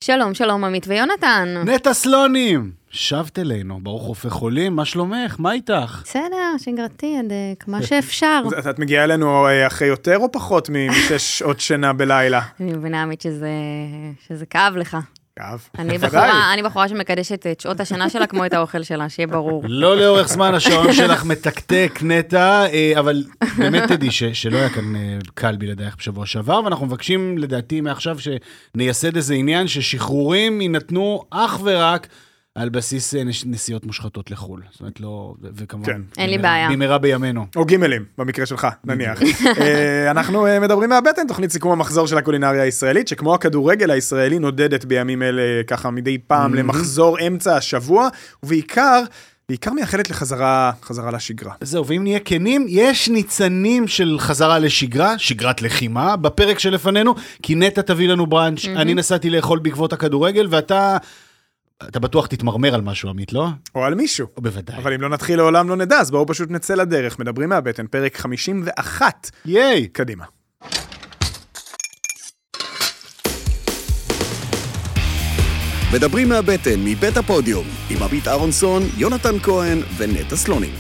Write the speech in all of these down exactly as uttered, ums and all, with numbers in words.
שלום, שלום, עמית ויונתן. נטע סלונים, שבת אלינו, ברוך רופא חולים, מה שלומך? מה איתך? בסדר, שגרתי עד כמה שאפשר. את מגיעה אלינו אחרי יותר או פחות משש שעות שינה בלילה? אני מבינה, עמית, שזה כאב לך. כאב. אני בחורה שמקדשת את שעות השינה שלה כמו את האוכל שלה, שיהיה ברור. לא לאורך זמן השעון שלך מתקתק, נטע, אבל באמת תדעי שלא היה כאן קל בלעדייך בשבוע שעבר, ואנחנו מבקשים לדעתי מעכשיו שנייסד איזה עניין ששחרורים יינתנו אך ורק על בסיס נסיעות מושחתות לחול. זאת אומרת, לא, וכמובן, אין לי בעיה. במהרה בימינו. או גימלים, במקרה שלך, נניח. אנחנו מדברים מהבטן, תוכנית סיכום המחזור של הקולינריה הישראלית, שכמו הכדורגל הישראלי נודדת בימים אלה ככה מדי פעם למחזור אמצע השבוע, ובעיקר, בעיקר מייחלת לחזרה, חזרה לשגרה. זהו, ואם נהיה כנים, יש ניצנים של חזרה לשגרה, שגרת לחימה, בפרק שלפנינו, כי נטע תביא לנו ברנץ', אני נסעתי לאכול בעקבות הכדורגל, ואתה אתה בטוח תתמרמר על משהו, עמית, לא? או על מישהו. או בוודאי. אבל אם לא נתחיל לעולם לא נדע, אז בואו פשוט נצא לדרך. מדברים מהבטן, פרק חמישים ואחת. ייי! קדימה. מדברים מהבטן, מבית הפודיום, עם עמית אהרונסון, יונתן כהן ונטע סלונים.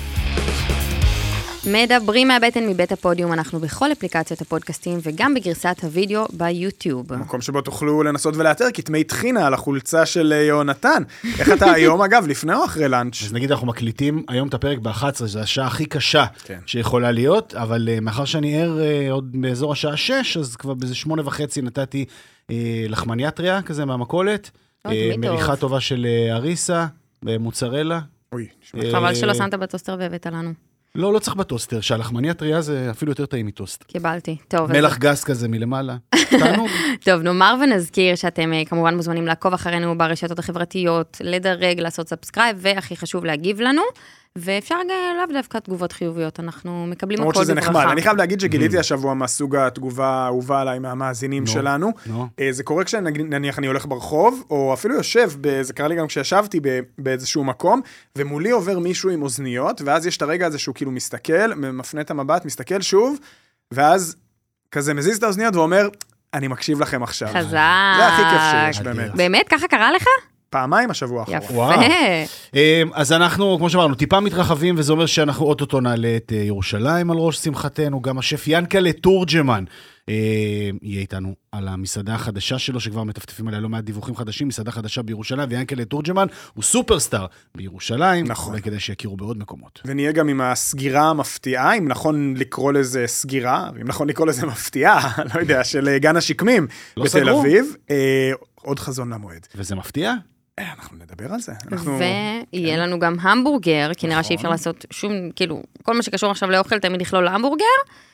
מדברים מהבטן מבית הפודיום, אנחנו בכל אפליקציות הפודקאסטים וגם בגרסת הוידאו ביוטיוב. מקום שבו תוכלו לנסות ולאתר כתמי תחינה על החולצה של יונתן. איך אתה היום, אגב, לפני או אחרי לנץ'? אז נגיד אנחנו מקליטים היום את הפרק ב-אחת עשרה, זו השעה הכי קשה כן. שיכולה להיות, אבל uh, מאחר שאני ער uh, עוד באזור השעה שש, אז כבר באיזה שמונה וחצי נתתי uh, לחמניאטריה כזה מהמקולת, uh, מריחה טובה של uh, אריסה, במוצרלה. אוי, חבל שלא שמת בטוסטר והבאת לנו. לא, לא צריך בטוסטר, שהלחמניה טריה זה אפילו יותר טעים מטוסט. קיבלתי, טוב. מלח גס כזה מלמעלה, תענוג. טוב, נאמר ונזכיר שאתם כמובן מוזמנים לעקוב אחרינו ברשתות החברתיות, לדרג, לעשות סאבסקרייב, והכי חשוב להגיב לנו, ואפשר לאו דווקא תגובות חיוביות, אנחנו מקבלים הכל בברכה. שזה נחמד, אני חייב להגיד שגיליתי השבוע מהסוג התגובה האהובה עליי מהמאזינים שלנו, זה קורה כשנניח אני הולך ברחוב, או אפילו יושב, זה קרה לי גם כשישבתי באיזשהו מקום, ומולי עובר מישהו עם אוזניות, ואז יש את הרגע הזה שהוא כאילו מסתכל, מפנה את המבט, מסתכל שוב, ואז כזה מזיז את האוזניות ואומר, אני מקשיב לכם עכשיו. חזק. זה הכי כיף שיש, באמת. באמת? ככה קרה לך? פעמיים השבוע האחרון. יפה. אז אנחנו, כמו שאמרנו, טיפה מתרחבים, וזה אומר שאנחנו אוטוטו נעלה את ירושלים על ראש שמחתנו, גם השף ינקלה תורג'מן יהיה איתנו על המסעדה החדשה שלו, שכבר מטפטפים עליה לא מעט דיווחים חדשים, מסעדה חדשה בירושלים, וינקלה תורג'מן הוא סופרסטאר בירושלים, נכון. כדי שיכירו בעוד מקומות. ונהיה גם עם הסגירה המפתיעה, אם נכון לקרוא לזה סגירה, אם נכון לקרוא לזה מפתיעה, לא יודע, של גן השקמים לא בתל סגרו. אביב, אה, עוד חזון למועד. וזה מפתיע? אנחנו נדבר על זה. אנחנו... ויהיה לנו גם המבורגר, כי נראה שאי אפשר לעשות שום, כאילו, כל מה שקשור עכשיו לאוכל תמיד יכלול להמבורגר,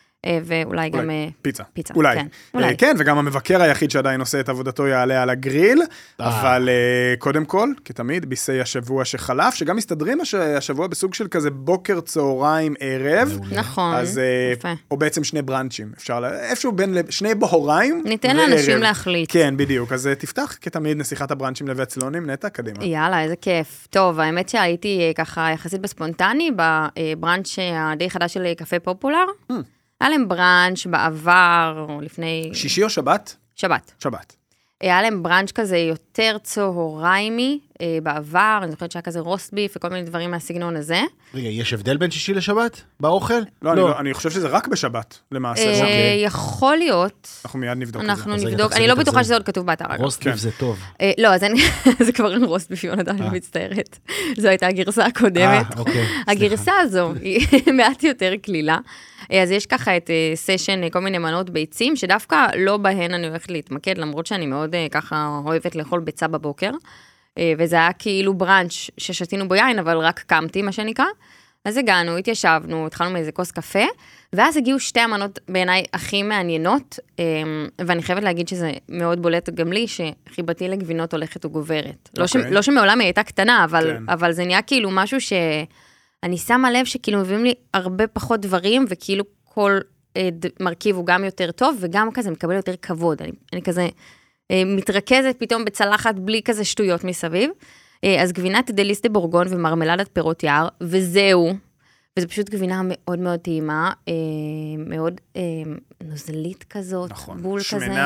ואולי גם פיצה. פיצה, אולי. כן, אולי. כן, וגם המבקר היחיד שעדיין עושה את עבודתו יעלה על הגריל, אבל קודם כל, כתמיד, ביסי השבוע שחלף, שגם מסתדרים השבוע בסוג של כזה בוקר, צהריים, ערב. נכון, יפה. או בעצם שני ברנצ'ים. אפשר, איפשהו בין שני בהוריים. ניתן לאנשים להחליט. כן, בדיוק. אז תפתח כתמיד נסיכת הברנצ'ים לבית סלונים, נטע, קדימה. יאללה, איזה כיף. טוב, האמת שהייתי ככה יחסית בספונטני, בברנץ' הדי חדש של קפה פופולר. היה להם ברנץ' בעבר, או לפני... שישי או שבת? שבת. שבת. היה להם ברנץ' כזה יותר צהריימי בעבר, אני זוכרת שהיה כזה רוסט ביף וכל מיני דברים מהסגנון הזה. רגע, יש הבדל בין שישי לשבת באוכל? לא, אני, לא, אני חושב שזה רק בשבת, למעשה. יכול להיות. אנחנו מיד נבדוק את זה. אנחנו נבדוק, אני לא בטוחה שזה עוד כתוב באתר. רוסט ביף זה טוב. לא, אז זה כבר אין רוסט ביף, יונתן, אני מצטערת. זו הייתה הגרסה הקודמת. הגרסה הזו היא מעט יותר כלילה. אז יש ככה את סשן, כל מיני מנות ביצים, שדווקא לא בהן אני הולכת להתמקד, למרות שאני מאוד ככה אוהבת לאכול ביצה בבוקר, וזה היה כאילו ברנץ' ששתינו בו יין, אבל רק קמתי, מה שנקרא. אז הגענו, התיישבנו, התחלנו מאיזה כוס קפה, ואז הגיעו שתי המנות בעיניי הכי מעניינות, ואני חייבת להגיד שזה מאוד בולט גם לי, שחיבתי לגבינות הולכת וגוברת. לא, ש... לא שמעולם היא הייתה קטנה, אבל, כן. אבל זה נהיה כאילו משהו ש... אני שמה לב שכאילו מביאים לי הרבה פחות דברים, וכאילו כל אה, מרכיב הוא גם יותר טוב, וגם כזה מקבל יותר כבוד. אני, אני כזה אה, מתרכזת פתאום בצלחת בלי כזה שטויות מסביב. אה, אז גבינת דליס דה בורגון ומרמלדת פירות יער, וזהו. וזה פשוט גבינה מאוד מאוד טעימה, אה, מאוד אה, נוזלית כזאת, נכון, בול שמנה.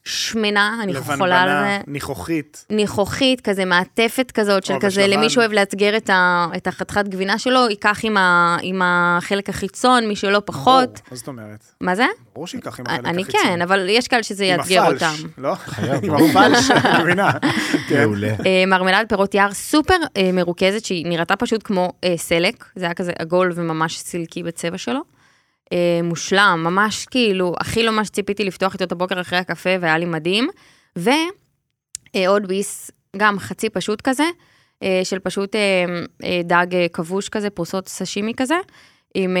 שמנה, אני חולה על זה. לבנבנה, ניחוחית. ניחוחית, כזה מעטפת כזאת, של כזה, למי שאוהב להצגר את החתכת גבינה שלו, ייקח עם החלק החיצון, מי שלא פחות. מה זאת אומרת? מה זה? ברור שייקח עם החלק החיצון. אני כן, אבל יש כאלה שזה יאתגר אותם. לא? עם הפלש, גבינה. מעולה. מרמלד פירות יער סופר מרוכזת, שהיא נראתה פשוט כמו סלק, זה היה כזה עגול וממש סילקי בצבע שלו. מושלם, ממש כאילו, הכי לא מה שציפיתי לפתוח איתו את הבוקר אחרי הקפה, והיה לי מדהים. ועוד ביס, גם חצי פשוט כזה, של פשוט דג כבוש כזה, פרוסות סשימי כזה, עם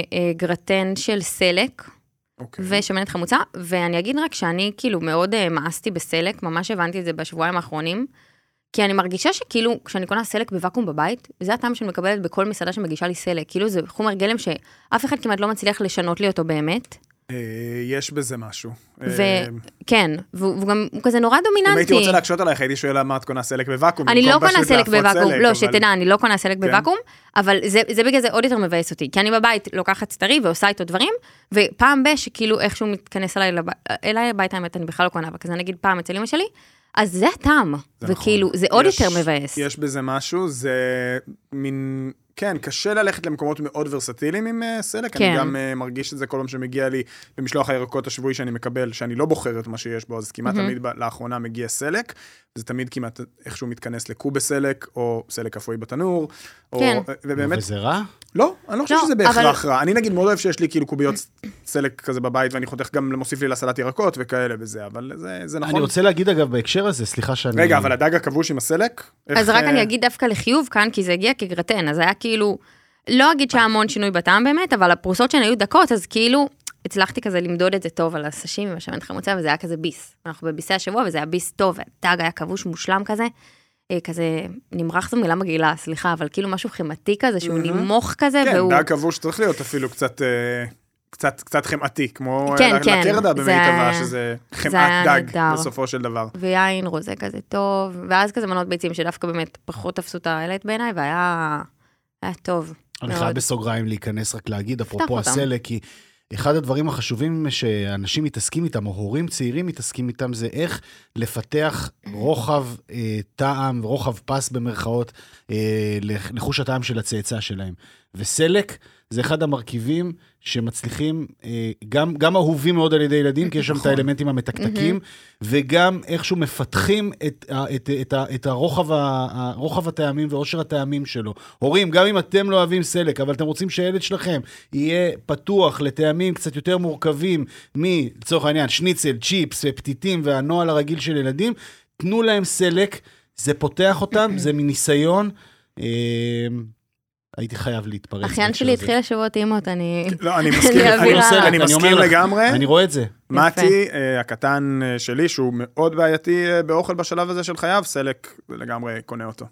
גרטן של סלק, okay. ושמנת חמוצה, ואני אגיד רק שאני כאילו מאוד מאסתי בסלק, ממש הבנתי את זה בשבועיים האחרונים, כי אני מרגישה שכאילו, כשאני קונה סלק בוואקום בבית, זה הטעם שאני מקבלת בכל מסעדה שמגישה לי סלק, כאילו זה חומר גלם שאף אחד כמעט לא מצליח לשנות לי אותו באמת. יש בזה משהו. וכן, והוא גם כזה נורא דומיננטי. אם הייתי רוצה להקשות עלייך, הייתי שואלה מה את קונה סלק בוואקום. אני לא קונה סלק בוואקום, לא, שתדע, אני לא קונה סלק בוואקום, אבל זה בגלל זה עוד יותר מבאס אותי, כי אני בבית לוקחת סטרי ועושה איתו דברים, ופעם ב שכאילו איכשהו מתכנס אליי הביתה, האמת, אני בכלל לא קונה, וכזה נגיד פעם אצל אמא שלי, אז זה הטעם, וכאילו, זה עוד יותר מבאס. יש בזה משהו, זה מין, כן, קשה ללכת למקומות מאוד ורסטיליים עם סלק, אני גם מרגיש את זה כל פעם שמגיע לי במשלוח הירקות השבועי שאני מקבל, שאני לא בוחר את מה שיש בו, אז כמעט תמיד לאחרונה מגיע סלק, זה תמיד כמעט איכשהו מתכנס לקוב בסלק, או סלק אפוי בתנור, וזה רע? לא, אני לא חושב שזה בהכרח רע. אני נגיד מאוד אוהב שיש לי כאילו קוביות סלק כזה בבית, ואני חותך גם למוסיף לי לסלט ירקות וכאלה וזה, אבל זה נכון. אני רוצה להגיד אגב בהקשר הזה, סליחה שאני... רגע, אבל הדג הכבוש עם הסלק? אז רק אני אגיד דווקא לחיוב כאן, כי זה הגיע כגרטן, אז היה כאילו, לא אגיד שהיה המון שינוי בטעם באמת, אבל הפרוסות שהן היו דקות, אז כאילו, הצלחתי כזה למדוד את זה טוב על הסשים עם השמנת חמוצה, וזה היה כזה ביס. אנחנו בביסי השבוע, וזה היה ביס טוב, הדג היה כבוש מושלם כזה, כזה, נמרח זו מילה מגעילה, סליחה, אבל כאילו משהו חמאתי כזה, שהוא נמוך כזה, כן, והוא... דג כבוש צריך להיות אפילו קצת, קצת, קצת חמאתי, כמו לקרדה במיטבה, שזה חמאת דג בסופו של דבר. ויין רוזה כזה טוב, ואז כזה מנות ביצים שדווקא באמת פחות תפסו את האלת בעיניי, והיה טוב. אני חייב בסוגריים להיכנס רק להגיד, אפרופו הסלק, כי אחד הדברים החשובים שאנשים מתעסקים איתם, או הורים צעירים מתעסקים איתם, זה איך לפתח רוחב אה, טעם, רוחב פס במרכאות, אה, לחוש הטעם של הצאצא שלהם. וסלק זה אחד המרכיבים שמצליחים, אה, גם, גם אהובים מאוד על ידי ילדים, כי יש שם את האלמנטים המתקתקים, וגם איכשהו מפתחים את, את, את, את הרוחב, הרוחב הטעמים ועושר הטעמים שלו. הורים, גם אם אתם לא אוהבים סלק, אבל אתם רוצים שהילד שלכם יהיה פתוח לטעמים קצת יותר מורכבים, מלצורך העניין, שניצל, צ'יפס ופתיתים והנועל הרגיל של ילדים, תנו להם סלק, זה פותח אותם, זה מניסיון, אה, הייתי חייב להתפרץ. אחיין שלי התחיל לשבוע טעימות, אני... לא, אני מסכים לגמרי. אני רואה את זה. מתי, הקטן שלי, שהוא מאוד בעייתי באוכל בשלב הזה של חייו, סלק לגמרי קונה אותו.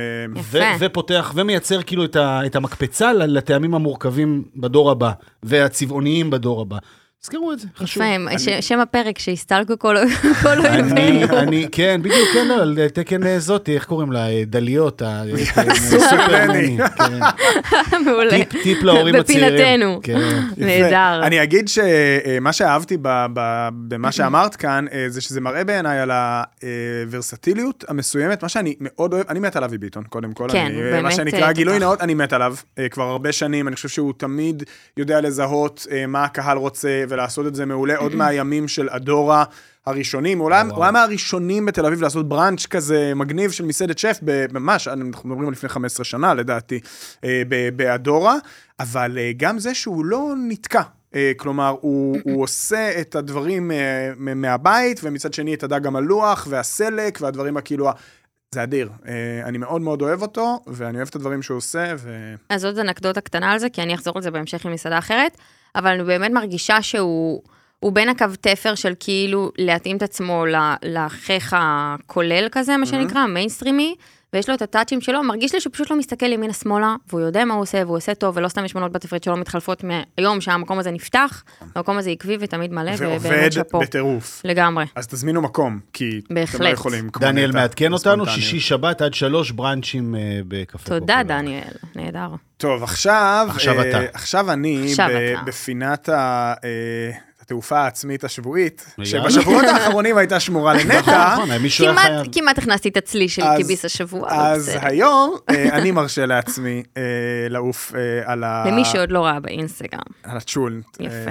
ופותח ומייצר כאילו את המקפצה לטעמים המורכבים בדור הבא, והצבעוניים בדור הבא. זכרו את זה, חשוב. יפה, שם הפרק שהסתלקו כל אויבינו. אני, כן, בדיוק, כן, על תקן זאת, איך קוראים לה, דליות, סופרמני. מעולה. טיפ להורים הצעירים. בפינתנו. נהדר. אני אגיד שמה שאהבתי במה שאמרת כאן, זה שזה מראה בעיניי על הוורסטיליות המסוימת, מה שאני מאוד אוהב, אני מת על אבי ביטון, קודם כל. כן, באמת. מה שנקרא גילוי נאות, אני מת עליו. כבר הרבה שנים, אני חושב שהוא תמיד יודע לזהות מה הקהל רוצה, ולעשות את זה מעולה, עוד מהימים של הדורה הראשונים, הוא היה מהראשונים בתל אביב לעשות ברנץ' כזה מגניב של מסעדת שף, ממש, אנחנו מדברים על לפני חמש עשרה שנה לדעתי, בהדורה, אבל גם זה שהוא לא נתקע, כלומר, הוא, הוא עושה את הדברים מהבית, ומצד שני את הדג המלוח, והסלק, והדברים הכאילו, זה אדיר. אני מאוד מאוד אוהב אותו, ואני אוהב את הדברים שהוא עושה, ו... אז עוד אנקדוטה קטנה על זה, כי אני אחזור על זה בהמשך עם מסעדה אחרת, אבל אני באמת מרגישה שהוא הוא בין הקו תפר של כאילו להתאים את עצמו לחך הכולל כזה, מה שנקרא, מיינסטרימי, ויש לו את הטאצ'ים שלו, מרגיש לי שפשוט לא מסתכל ימינה שמאלה, והוא יודע מה הוא עושה, והוא עושה טוב, ולא סתם יש מנות בתפריט שלו מתחלפות מהיום שהמקום הזה נפתח, המקום הזה עקבי ותמיד מלא, ועובד בטירוף. לגמרי. אז תזמינו מקום, כי אתם לא יכולים. דניאל מעדכן אותנו, שישי שבת עד שלוש ברנצ'ים בקפה. תודה דניאל, נהדר. טוב, עכשיו, עכשיו אתה. עכשיו אני, בפינת ה... התעופה העצמית השבועית, שבשבועות האחרונים הייתה שמורה לנטע. כמעט הכנסתי את הצלי של כיביס השבוע. אז היום אני מרשה לעצמי לעוף על ה... למי שעוד לא ראה באינסטגרם. על הצ'ולנט.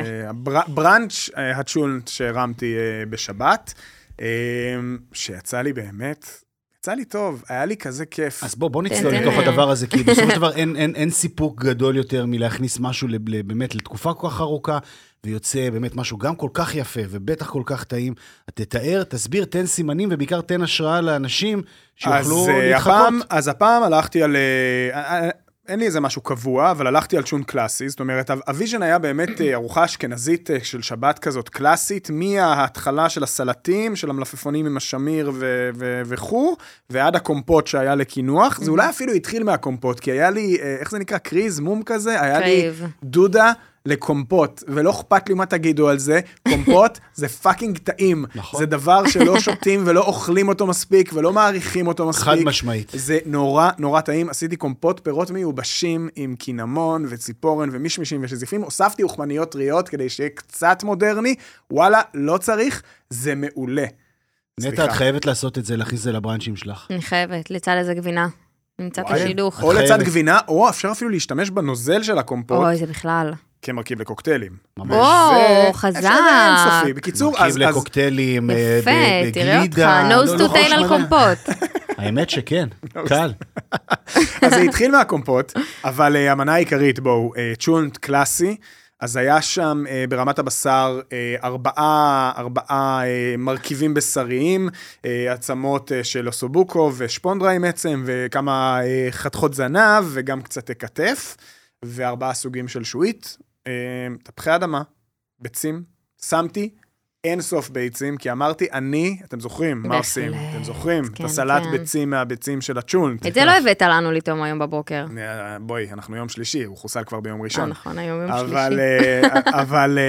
ברנץ' הצ'ולנט שהרמתי בשבת, שיצא לי באמת... יצא לי טוב, היה לי כזה כיף. אז בוא, בוא נצלול לתוך הדבר הזה, כי בסופו של דבר אין, אין, אין סיפוק גדול יותר מלהכניס משהו באמת לתקופה כל כך ארוכה, ויוצא באמת משהו גם כל כך יפה, ובטח כל כך טעים. תתאר, תסביר, תן סימנים, ובעיקר תן השראה לאנשים שיוכלו להתחקות. הפעם, אז הפעם הלכתי על... אין לי איזה משהו קבוע, אבל הלכתי על צ'ונט קלאסי, זאת אומרת, הוויז'ן היה באמת ארוחה אשכנזית של שבת כזאת קלאסית, מההתחלה של הסלטים, של המלפפונים עם השמיר וכו', ועד הקומפוט שהיה לקינוח, זה אולי אפילו התחיל מהקומפוט, כי היה לי, איך זה נקרא, קריז, מום כזה, היה לי דודה לקומפוט, ולא אכפת לי מה תגידו על זה, קומפוט זה פאקינג טעים, זה דבר שלא שותים ולא אוכלים אותו מספיק, ולא מעריכים אותו מספיק. חד משמעית. זה נורא, נורא טעים, עשיתי קומפוט פירות מיובשים עם קינמון וציפורן ומישמישים ושזיפים, הוספתי אוכמניות טריות כדי שיהיה קצת מודרני, וואלה, לא צריך, זה מעולה. נטע, את חייבת לעשות את זה, להכניס זה לברנצ'ים שלך. אני חייבת, לצד איזה גבינה. נמצא את השידוך. או לצד גבינה, או אפשר אפילו להשתמש בנוזל של הקומפוט. אוי, זה בכלל. כמרכיב לקוקטיילים. או, חזק. בקיצור, מרכיב לקוקטיילים, יפה, תראה אותך, nose to tail על קומפוט. האמת שכן, קל. אז זה התחיל מהקומפוט, אבל המנה העיקרית בו, צ'ולנט קלאסי, אז היה שם ברמת הבשר ארבעה, ארבעה מרכיבים בשריים, עצמות של אוסובוקו ושפונדריים עצם, וכמה חתכות זנב, וגם קצת כתף, וארבעה סוגים של שועית, תפוחי אדמה, ביצים, שמתי אין סוף ביצים, כי אמרתי, אני, אתם זוכרים, מה עושים? אתם זוכרים? את הסלט ביצים מהביצים של הצ'ולנט. את זה לא הבאת לנו לטום היום בבוקר. בואי, אנחנו יום שלישי, הוא חוסל כבר ביום ראשון. נכון, היום יום שלישי. אבל,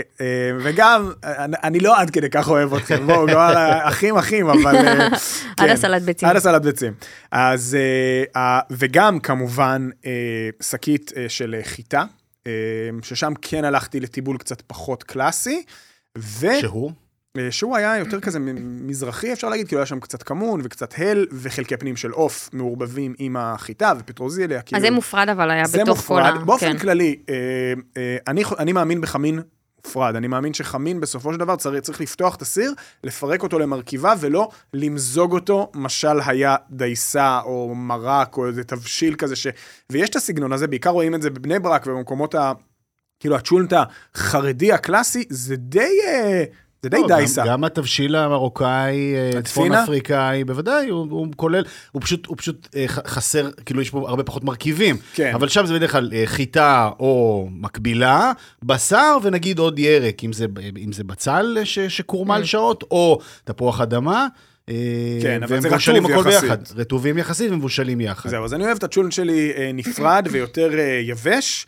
וגם, אני לא עד כדי כך אוהב אתכם, בואו, לא אחים אחים, אבל... עד הסלט ביצים. עד הסלט ביצים. אז, וגם, כמובן, שקית של חיטה, ששם כן הלכתי לטיבול קצת פחות קלאסי, ו... שהוא? שהוא היה יותר כזה מזרחי, אפשר להגיד, כאילו היה שם קצת כמון וקצת הל, וחלקי פנים של אוף מעורבבים עם החיטה ופטרוזיליה. אז זה מופרד, אבל היה בתוך כל ה... באופן כללי, אני, אני מאמין בחמין מופרד, אני מאמין שחמין בסופו של דבר צריך, צריך לפתוח את הסיר, לפרק אותו למרכיבה, ולא למזוג אותו, משל היה דייסה או מרק או איזה תבשיל כזה, ש... ויש את הסגנון הזה, בעיקר רואים את זה בבני ברק ובמקומות ה... כאילו הצ'ולנט החרדי הקלאסי, זה די, זה די דייסה. גם התבשיל המרוקאי, צפון אפריקאי, בוודאי, הוא כולל, הוא פשוט, הוא פשוט חסר, כאילו יש פה הרבה פחות מרכיבים. אבל שם זה בדרך כלל חיטה או מקבילה, בשר ונגיד עוד ירק, אם זה, אם זה בצל שקורמל שעות, או תפוח אדמה. כן, אבל זה רטוב יחסית. רטובים יחסית ומבושלים יחד. זהו, אז אני אוהב את הצ'ולנט שלי נפרד ויותר יבש,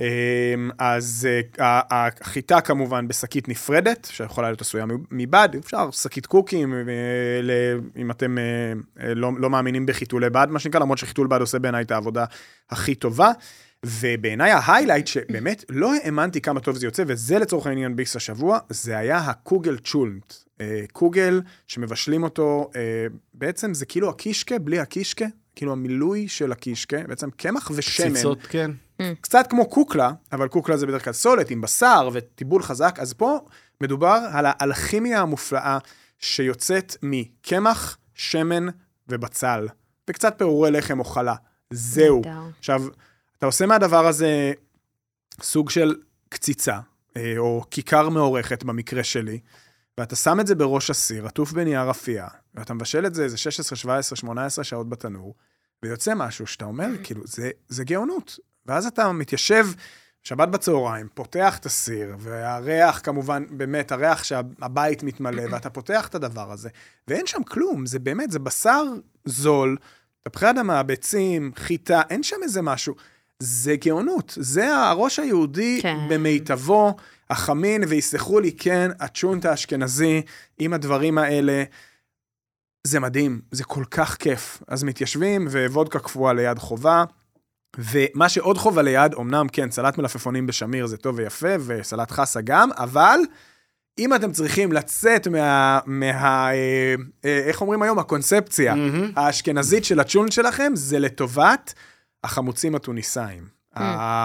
אז החיטה כמובן בשקית נפרדת, שיכולה להיות עשויה מבד, אפשר שקית קוקים, אם אתם לא מאמינים בחיתולי בד, מה שנקרא, למרות שחיתול בד עושה בעיניי את העבודה הכי טובה, ובעיניי ההיילייט שבאמת לא האמנתי כמה טוב זה יוצא, וזה לצורך העניין ביס השבוע, זה היה הקוגל צ'ולנט. קוגל שמבשלים אותו, בעצם זה כאילו הקישקה, בלי הקישקה, כאילו המילוי של הקישקה, בעצם קמח ושמן. ציצות, כן. קצת כמו קוקלה, אבל קוקלה זה בדרך כלל סולת עם בשר וטיבול חזק, אז פה מדובר על האלכימיה המופלאה שיוצאת מקמח, שמן ובצל, וקצת פירורי לחם או חלה. זהו. עכשיו, אתה עושה מהדבר הזה סוג של קציצה, או כיכר מעורכת במקרה שלי, ואתה שם את זה בראש הסיר, עטוף בנייר אפייה, ואתה מבשל את זה איזה שש עשרה, שבע עשרה, שמונה עשרה שעות בתנור, ויוצא משהו שאתה אומר, כאילו, זה, זה גאונות. ואז אתה מתיישב שבת בצהריים, פותח את הסיר, והריח כמובן, באמת, הריח שהבית מתמלא, ואתה פותח את הדבר הזה, ואין שם כלום, זה באמת, זה בשר זול, תפוחי אדמה, ביצים, חיטה, אין שם איזה משהו. זה גאונות, זה הראש היהודי כן. במיטבו, החמין, ויסלחו לי, כן, הצ'ולנט האשכנזי, עם הדברים האלה, זה מדהים, זה כל כך כיף. אז מתיישבים, ווודקה קפואה ליד חובה, ומה שעוד חובה ליד, אמנם כן, סלט מלפפונים בשמיר זה טוב ויפה, וסלט חסה גם, אבל אם אתם צריכים לצאת מה, מה אה, אה, איך אומרים היום, הקונספציה mm-hmm. האשכנזית של הצ'ון שלכם, זה לטובת החמוצים הטוניסאים. Mm.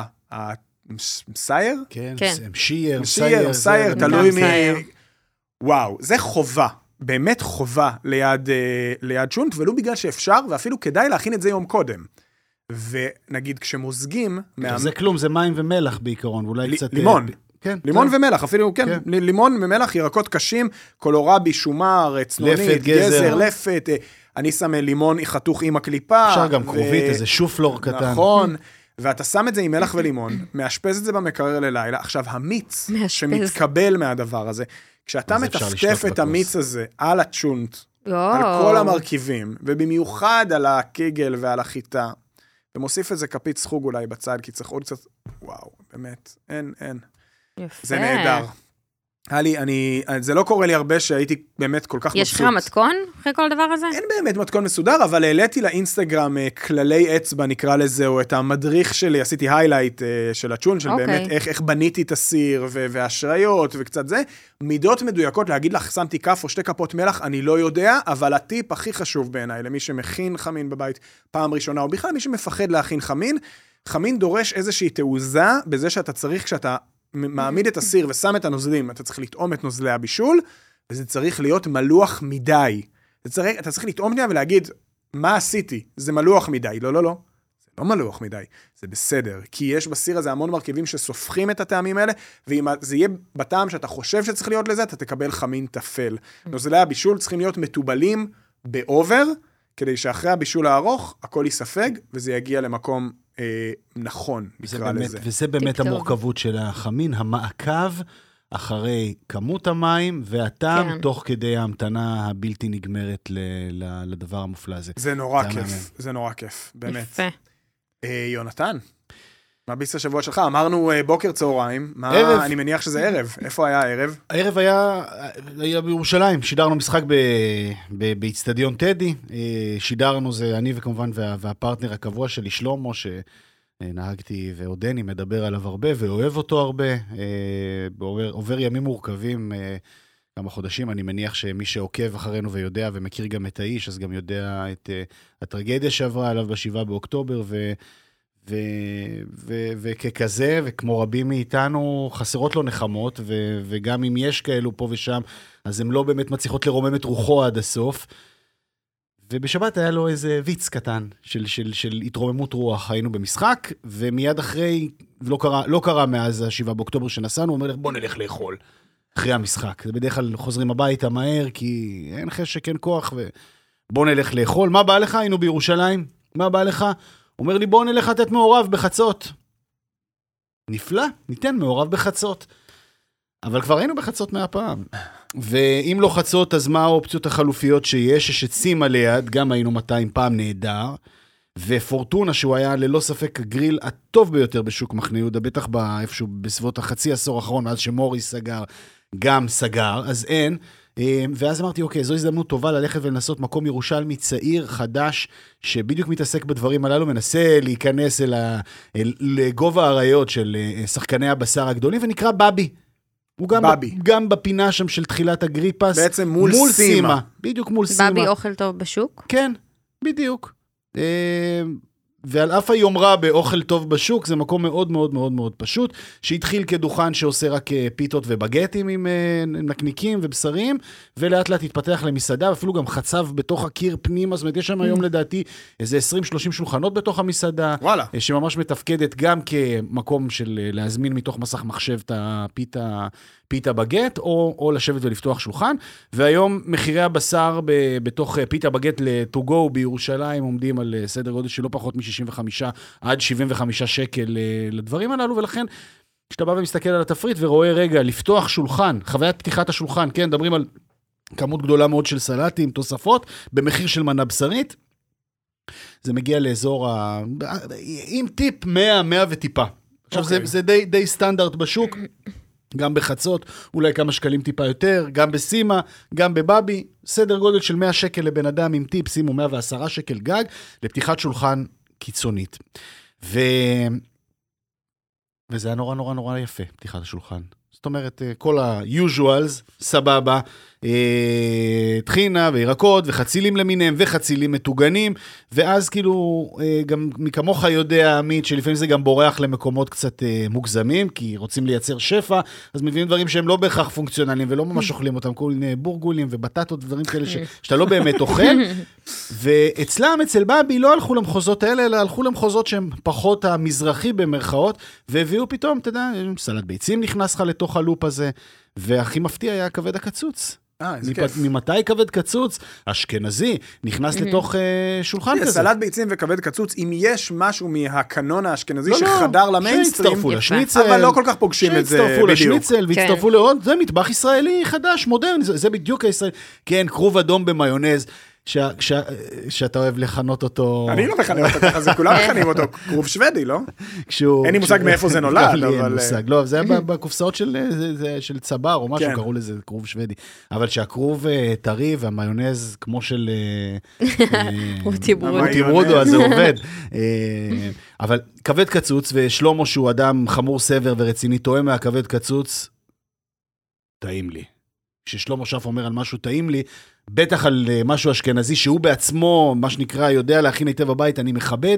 הסייר? כן, שייר, שייר, סייר, תלוי מ... וואו, זה חובה, באמת חובה ליד, ליד שונט, ולא בגלל שאפשר, ואפילו כדאי להכין את זה יום קודם. ונגיד כשמוזגים... זה כלום, זה מים ומלח בעיקרון, ואולי קצת... לימון. כן, לימון כן. ומלח, אפילו, כן, כן. לימון ומלח, ירקות קשים, קולורבי, שומר, צנונית, לפת, גזר, גזר, לפת, אני שם לימון חתוך עם הקליפה. אפשר גם כרובית, ו... איזה שופלור קטן. נכון, ואתה שם את זה עם מלח ולימון, מאשפז את זה במקרר ללילה, עכשיו המיץ שמתקבל מהדבר הזה, כשאתה מטפטף את המיץ הזה על הצ'ונט, על כל המרכיבים, ובמיוחד על הקיגל ועל החיטה, ומוסיף איזה כפית סחוג אולי בצד, כי צריך עוד קצת, וואו, באמת, אין, אין. יפה. זה נהדר. הלי, אני, זה לא קורה לי הרבה שהייתי באמת כל כך מבסוט. יש לך מתכון אחרי כל הדבר הזה? אין באמת מתכון מסודר, אבל העליתי לאינסטגרם כללי אצבע, נקרא לזה, או את המדריך שלי, עשיתי היילייט של הצ'ון, של אוקיי. באמת איך, איך בניתי את הסיר, והשראיות, וקצת זה. מידות מדויקות, להגיד לך, שמתי כף או שתי כפות מלח, אני לא יודע, אבל הטיפ הכי חשוב בעיניי, למי שמכין חמין בבית פעם ראשונה, או בכלל מי שמפחד להכין חמין, חמין דורש איזושהי תעוזה, בזה שאתה צריך, כשאתה מעמיד את הסיר ושם את הנוזלים, אתה צריך לטעום את נוזלי הבישול, וזה צריך להיות מלוח מדי. צריך, אתה צריך לטעום מדי ולהגיד, מה עשיתי? זה מלוח מדי. לא, לא, לא. זה לא מלוח מדי. זה בסדר. כי יש בסיר הזה המון מרכיבים שסופחים את הטעמים האלה, ואם זה יהיה בטעם שאתה חושב שצריך להיות לזה, אתה תקבל חמין תפל. נוזלי הבישול צריכים להיות מטובלים באובר, כדי שאחרי הבישול הארוך, הכל יספג, וזה יגיע למקום אה, נכון, נקרא באמת, לזה. וזה באמת המורכבות של החמין, המעקב אחרי כמות המים, והטעם כן. תוך כדי ההמתנה הבלתי נגמרת ל, ל, לדבר המופלא הזה. זה נורא כיף, מעניין. זה נורא כיף, באמת. יפה. אה, יונתן, מה ביס השבוע שלך? אמרנו אה, בוקר צהריים, מה, ערב. אני מניח שזה ערב. איפה היה הערב? הערב היה, היה בירושלים, שידרנו משחק באצטדיון טדי, שידרנו זה אני וכמובן וה, והפרטנר הקבוע שלי, שלמה, שנהגתי ועודני מדבר עליו הרבה, ואוהב אותו הרבה, עובר, עובר ימים מורכבים, כמה חודשים, אני מניח שמי שעוקב אחרינו ויודע ומכיר גם את האיש, אז גם יודע את הטרגדיה שעברה עליו בשבעה באוקטובר, ו... ו- ו- וככזה, וכמו רבים מאיתנו, חסרות לו נחמות, ו- וגם אם יש כאלו פה ושם, אז הן לא באמת מצליחות לרומם את רוחו עד הסוף. ובשבת היה לו איזה ויץ קטן של, של, של התרוממות רוח. היינו במשחק, ומיד אחרי, לא קרה, לא קרה מאז השבעה באוקטובר שנסענו, הוא אומר לך, בוא נלך לאכול אחרי המשחק. זה בדרך כלל חוזרים הביתה מהר, כי אין חשק, אין כוח, ובוא נלך לאכול. מה בא לך? היינו בירושלים. מה בא לך? אומר לי, בוא נלך לתת מעורב בחצות. נפלא, ניתן מעורב בחצות. אבל כבר היינו בחצות מהפעם. ואם לא חצות, אז מה האופציות החלופיות שיש? יש את סימה ליד, גם היינו מאתיים פעם נהדר, ופורטונה, שהוא היה ללא ספק הגריל הטוב ביותר בשוק מחנה יהודה, בטח באיפשהו בסביבות החצי עשור האחרון, מאז שמוריס סגר, גם סגר, אז אין. ואז אמרתי, אוקיי, זו הזדמנות טובה ללכת ולנסות מקום ירושלמי צעיר, חדש, שבדיוק מתעסק בדברים הללו, מנסה להיכנס אל ה... לגובה הרעיות של שחקני הבשר הגדולים, ונקרא בבי. הוא גם, בבי. ב... גם בפינה שם של תחילת הגריפס. בעצם מול, מול סימה. סימה. בדיוק מול בבי סימה. בבי אוכל טוב בשוק? כן, בדיוק. ועל אף היומרה באוכל טוב בשוק, זה מקום מאוד מאוד מאוד מאוד פשוט, שהתחיל כדוכן שעושה רק פיתות ובגטים עם נקניקים ובשרים, ולאט לאט התפתח למסעדה, ואפילו גם חצב בתוך הקיר פנימה, זאת אומרת, יש שם היום לדעתי איזה עשרים שלושים שולחנות בתוך המסעדה, וואלה. שממש מתפקדת גם כמקום של להזמין מתוך מסך מחשב את הפיתה, פיתה בגט, או, או לשבת ולפתוח שולחן, והיום מחירי הבשר ב, בתוך פיתה בגט ל-to go בירושלים עומדים על סדר גודל שלא פחות מ-שישים וחמישה עד שבעים וחמישה שקל לדברים הללו, ולכן כשאתה בא ומסתכל על התפריט ורואה רגע לפתוח שולחן, חוויית פתיחת השולחן, כן, מדברים על כמות גדולה מאוד של סלטים, תוספות, במחיר של מנה בשרית, זה מגיע לאזור, ה... עם טיפ מאה, מאה וטיפה. עכשיו, okay. זה, זה די, די סטנדרט בשוק, גם בחצות, אולי כמה שקלים טיפה יותר, גם בסימה, גם בבבי, סדר גודל של מאה שקל לבן אדם עם טיפ, שימו מאה ועשרה שקל גג, לפתיחת שולחן קיצונית. ו... וזה היה נורא נורא נורא יפה, פתיחת השולחן. זאת אומרת, כל ה-usuals, סבבה, תחינה וירקות וחצילים למיניהם וחצילים מטוגנים, ואז כאילו, גם מכמוך יודע עמית, שלפעמים זה גם בורח למקומות קצת מוגזמים, כי רוצים לייצר שפע, אז מביאים דברים שהם לא בהכרח פונקציונליים, ולא ממש אוכלים אותם, כל מיני בורגולים ובטטות ודברים כאלה שאתה לא באמת אוכל, ואצלם, אצל בבי, לא הלכו למחוזות האלה, אלא הלכו למחוזות שהם פחות המזרחי במרכאות, והביאו פתאום, אתה יודע, סלט ביצים נכנס לך לתוך הלופ הזה, והכי מפתיע היה כבד הקצוץ. אה, איזה כיף. ממתי כבד קצוץ? אשכנזי, נכנס לתוך שולחן כזה. סלט ביצים וכבד קצוץ, אם יש משהו מהקנון האשכנזי שחדר למיינסטרים, שהצטרפו לשניצל, אבל לא כל כך פוגשים את זה בדיוק. שהצטרפו לשניצל והצטרפו לעוד, זה מטבח ישראלי חדש, מודרני, זה בדיוק הישראלי. כן, כרוב אדום במיונז, שאתה אוהב לכנות אותו... אני לא מכנה אותו ככה, זה כולם מכנים אותו כרוב שוודי, לא? אין לי מושג מאיפה זה נולד, אבל... לא, זה היה בקופסאות של צבר, או משהו, קראו לזה כרוב שוודי. אבל שהכרוב טרי והמיונז, כמו של... רוטיברודו, אז זה עובד. אבל כבד קצוץ, ושלומו שהוא אדם חמור סבר ורציני, טועה מהכבד קצוץ, טעים לי. כששלומו שף אומר על משהו טעים לי, בטח על משהו אשכנזי, שהוא בעצמו, מה שנקרא, יודע להכין היטב הבית, אני מכבד.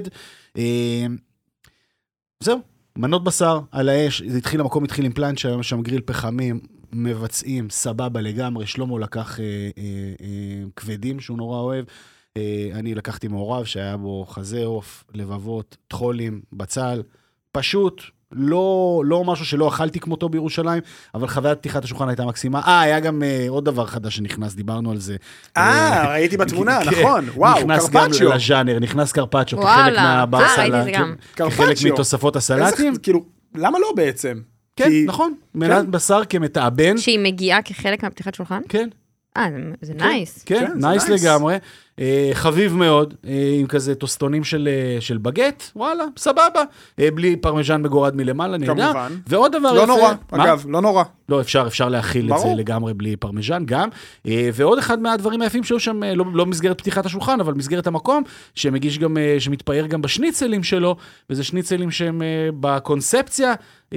זהו, מנות בשר על האש, זה התחיל, המקום התחיל עם פלנט, שהיום שם גריל פחמים, מבצעים, סבבה לגמרי, שלמה לקח אה, אה, אה, כבדים שהוא נורא אוהב, אה, אני לקחתי מעורב, שהיה בו חזה עוף, לבבות, תחולים, בצל, פשוט, לא, לא משהו שלא אכלתי כמותו בירושלים, אבל חוויית פתיחת השולחן הייתה מקסימה. אה, היה גם אה, עוד דבר חדש שנכנס, דיברנו על זה. אה, ראיתי בתמונה, נכון, וואו, נכנס קרפצ'ו. נכנס גם לז'אנר, נכנס קרפצ'ו, כחלק מהבר סלט, כחלק מתוספות הסלטים. כאילו, למה לא בעצם? כן, נכון, מנת בשר כמתאבן. שהיא מגיעה כחלק מהפתיחת שולחן? כן. אה, זה נייס. כן, נייס לגמרי. חביב מאוד, עם כזה טוסטונים של בגט, וואלה, סבבה. בלי פרמיז'ן מגורד מלמעלה, נהדר. כמובן. ועוד דבר לא נורא, אגב, לא נורא. לא, אפשר, אפשר להכיל את זה לגמרי בלי פרמיז'ן גם. ועוד אחד מהדברים היפים שהיו שם, לא במסגרת פתיחת השולחן, אבל במסגרת המקום, שמגיש גם, שמתפאר גם בשניצלים שלו, וזה שניצלים שהם בקונספציה,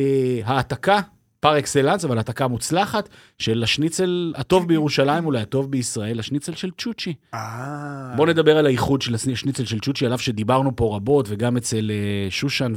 העתקה, פר אקסלנס, אבל התקה מוצלחת של השניצל הטוב בירושלים, אולי הטוב בישראל, השניצל של צ'וצ'י. בואו נדבר על האיחוד של השניצל של צ'וצ'י, עליו שדיברנו פה רבות, וגם אצל שושן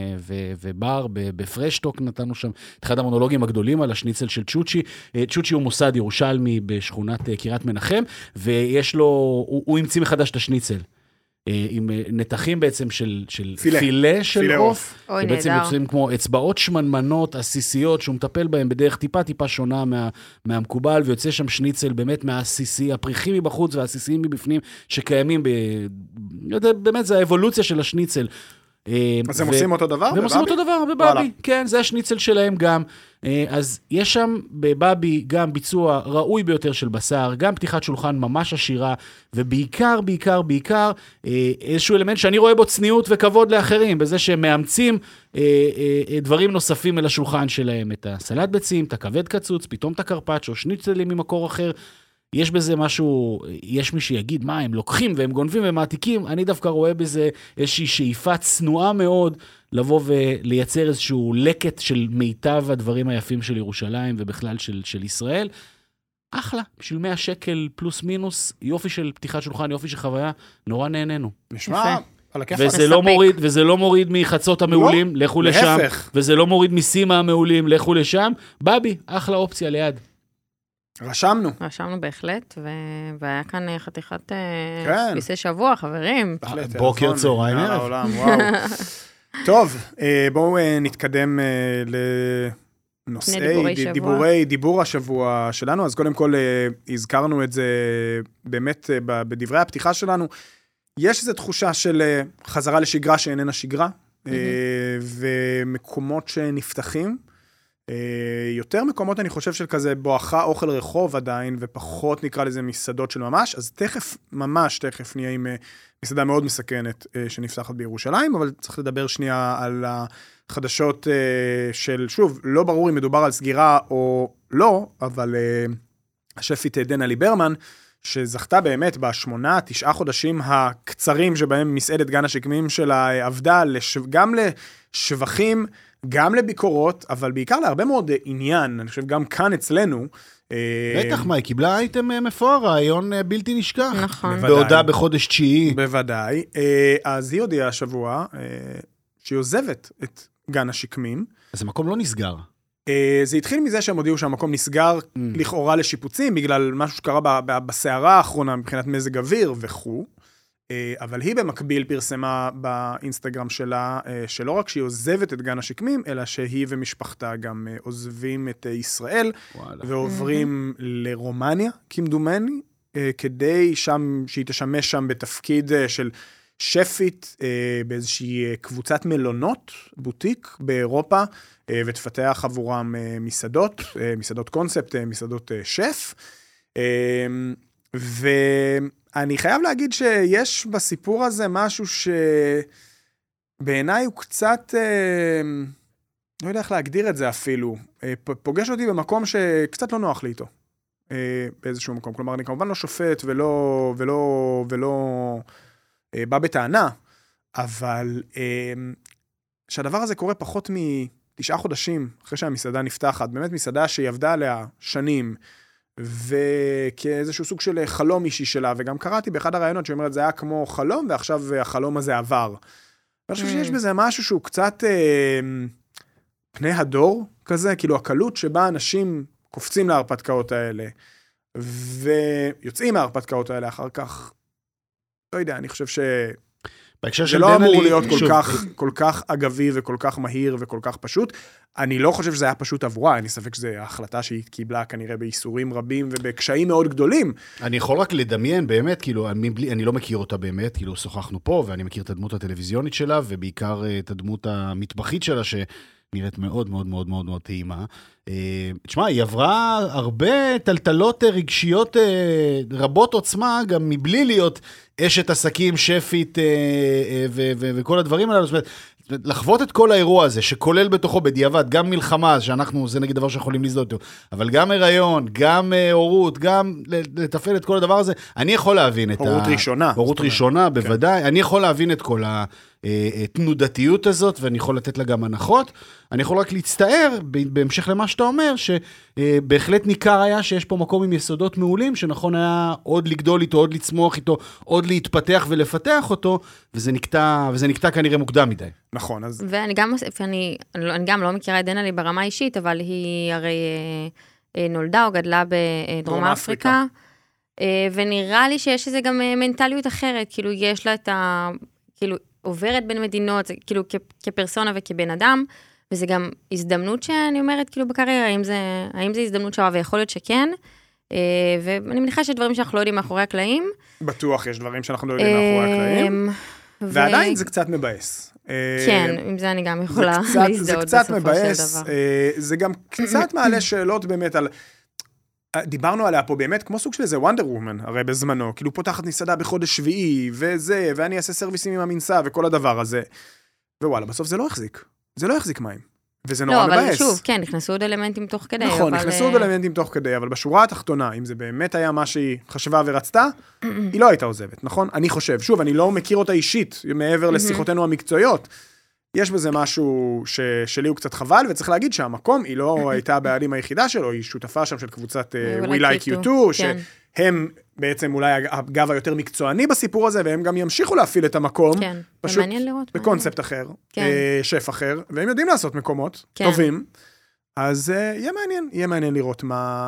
ובר, בפרשטוק נתנו שם את אחד המונולוגים הגדולים על השניצל של צ'וצ'י. צ'וצ'י הוא מוסד ירושלמי בשכונת קירת מנחם, ויש לו, הוא המציא מחדש את השניצל. עם נתחים בעצם של, של פילה, פילה של פילה עוף, ובעצם יוצרים כמו אצבעות שמנמנות, עסיסיות, שהוא מטפל בהם בדרך טיפה טיפה שונה מה, מהמקובל, ויוצא שם שניצל באמת מהעסיסי, הפריחים מבחוץ והעסיסיים מבפנים, שקיימים, ב, יודע, באמת זה האבולוציה של השניצל. אז הם עושים אותו דבר? הם עושים אותו דבר בבאבי, כן, זה השניצל שלהם גם. אז יש שם בבאבי גם ביצוע ראוי ביותר של בשר, גם פתיחת שולחן ממש עשירה, ובעיקר, בעיקר, בעיקר, איזשהו אלמנט שאני רואה בו צניעות וכבוד לאחרים, בזה שהם מאמצים דברים נוספים אל השולחן שלהם, את הסלט ביצים, את הכבד קצוץ, פתאום את הקרפצ'ו, שניצלים ממקור אחר, יש בזה משהו, יש מי שיגיד, מה, הם לוקחים והם גונבים והם מעתיקים, אני דווקא רואה בזה איזושהי שאיפה צנועה מאוד, לבוא ולייצר איזשהו לקט של מיטב הדברים היפים של ירושלים, ובכלל של, של ישראל. אחלה, בשביל מאה שקל פלוס מינוס, יופי של פתיחת שולחן, יופי של חוויה, נורא נהנינו. נשמע, על הכיף. וזה לא מוריד, וזה לא מוריד מחצות המעולים, לא, לכו לשם. להפך. וזה לא מוריד מסימה המעולים, לכו לשם. בבי, אחלה אופציה ליד. רשמנו. רשמנו בהחלט, והיה כאן חתיכת כביסי שבוע, חברים. בוקר צהריים ערב. טוב, בואו נתקדם לנושאי דיבורי, דיבור השבוע שלנו. אז קודם כל הזכרנו את זה באמת בדברי הפתיחה שלנו. יש איזו תחושה של חזרה לשגרה שאיננה שגרה, ומקומות שנפתחים. יותר מקומות אני חושב של כזה בואכה אוכל רחוב עדיין, ופחות נקרא לזה מסעדות של ממש, אז תכף, ממש תכף נהיה עם מסעדה מאוד מסכנת שנפתחת בירושלים, אבל צריך לדבר שנייה על החדשות של, שוב, לא ברור אם מדובר על סגירה או לא, אבל השפית דנה ליברמן, שזכתה באמת בשמונה, תשעה חודשים הקצרים שבהם מסעדת גן השקמים שלה עבדה, גם לשבחים, גם לביקורות, אבל בעיקר להרבה מאוד עניין, אני חושב גם כאן אצלנו. בטח, מה, היא קיבלה אייטם מפואר, רעיון בלתי נשכח. נכון. בהודעה בחודש תשיעי. בוודאי. אז היא הודיעה השבוע שהיא עוזבת את גן השקמים. אז המקום לא נסגר. זה התחיל מזה שהם הודיעו שהמקום נסגר לכאורה לשיפוצים, בגלל משהו שקרה בסערה האחרונה מבחינת מזג אוויר וכו'. אבל היא במקביל פרסמה באינסטגרם שלה, שלא רק שהיא עוזבת את גן השקמים, אלא שהיא ומשפחתה גם עוזבים את ישראל, ועוברים לרומניה, כמדומני, כדי שם, שהיא תשמש שם בתפקיד של שפית, באיזושהי קבוצת מלונות, בוטיק באירופה, ותפתח עבורם מסעדות, מסעדות קונספט, מסעדות שף. ואני חייב להגיד שיש בסיפור הזה משהו שבעיניי הוא קצת, לא יודע איך להגדיר את זה אפילו, פוגש אותי במקום שקצת לא נוח לי איתו, באיזשהו מקום. כלומר, אני כמובן לא שופט ולא, ולא, ולא בא בטענה, אבל שהדבר הזה קורה פחות מתשעה חודשים אחרי שהמסעדה נפתחת, באמת מסעדה שהיא עבדה עליה שנים, וכאיזשהו סוג של חלום אישי שלה, וגם קראתי באחד הרעיונות שאומרת, זה היה כמו חלום, ועכשיו החלום הזה עבר. ואני חושב שיש בזה משהו שהוא קצת אה, פני הדור כזה, כאילו הקלות שבה אנשים קופצים להרפתקאות האלה, ויוצאים מההרפתקאות האלה אחר כך, לא יודע, אני חושב ש... זה לא אמור להיות כל כך, כל כך אגבי וכל כך מהיר וכל כך פשוט. אני לא חושב שזה היה פשוט עבורה, אני ספק שזו החלטה שהיא קיבלה כנראה באיסורים רבים ובקשיים מאוד גדולים. אני יכול רק לדמיין באמת, כאילו, אני, אני לא מכיר אותה באמת, כאילו שוחחנו פה ואני מכיר את הדמות הטלוויזיונית שלה ובעיקר את הדמות המטבחית שלה שנראית מאוד מאוד מאוד מאוד מאוד טעימה. תשמע, היא עברה הרבה טלטלות רגשיות רבות עוצמה, גם מבלי להיות אשת עסקים, שפית וכל הדברים האלה. זאת אומרת, לחוות את כל האירוע הזה, שכולל בתוכו בדיעבד, גם מלחמה, שאנחנו, זה נגיד דבר שיכולים לזדות אותו, אבל גם הריון, גם הורות, גם לתפעל את כל הדבר הזה, אני יכול להבין את הורות ראשונה. הורות ראשונה, בוודאי. אני יכול להבין את כל התנודתיות הזאת, ואני יכול לתת לה גם הנחות. אני יכול רק להצטער, בהמשך למה שאתה אומר, שבהחלט ניכר היה שיש פה מקום עם יסודות מעולים, שנכון היה עוד לגדול איתו, עוד לצמוח איתו, עוד להתפתח ולפתח אותו, וזה נקטע, וזה נקטע כנראה מוקדם מדי. נכון, אז... ואני גם, אני, אני גם לא מכירה את דנלי ברמה אישית, אבל היא הרי נולדה או גדלה בדרום אפריקה, ונראה לי שיש איזה גם מנטליות אחרת, כאילו יש לה את ה... כאילו עוברת בין מדינות, כאילו כפרסונה וכבן אדם, וזה גם הזדמנות שאני אומרת, כאילו בקריירה, האם זה, האם זה הזדמנות שווה, ויכול להיות שכן, ואני מניחה שיש דברים שאנחנו לא יודעים מאחורי הקלעים. בטוח, יש דברים שאנחנו לא יודעים מאחורי הקלעים, ועדיין זה קצת מבאס. כן, עם זה אני גם יכולה להזדהות בסופו של דבר. זה גם קצת מעלה שאלות באמת על... דיברנו עליה פה באמת כמו סוג של איזה וונדר וומן, הרי בזמנו, כאילו פותחת מסעדה בחודש שביעי, וזה, ואני אעשה סרוויסים עם המנסה, וכל הדבר הזה. ווואלה, בסוף זה לא החזיק. זה לא החזיק מים. וזה נורא מבאס. לא, אבל שוב, כן, נכנסו עוד אלמנטים תוך כדי. נכון, נכנסו עוד אלמנטים תוך כדי, אבל בשורה התחתונה, אם זה באמת היה מה שהיא חשבה ורצתה, היא לא הייתה עוזבת, נכון? אני חושב, שוב, אני לא מכיר אותה אישית, מעבר לשיחותינו המקצועיות. יש בזה משהו ששלי הוא קצת חבל, וצריך להגיד שהמקום, היא לא הייתה הבעלים היחידה שלו, היא שותפה שם של קבוצת We Like You Too, שהם בעצם אולי הגב היותר מקצועני בסיפור הזה, והם גם ימשיכו להפעיל את המקום, פשוט בקונספט אחר, שף אחר, והם יודעים לעשות מקומות טובים, אז יהיה מעניין, יהיה מעניין לראות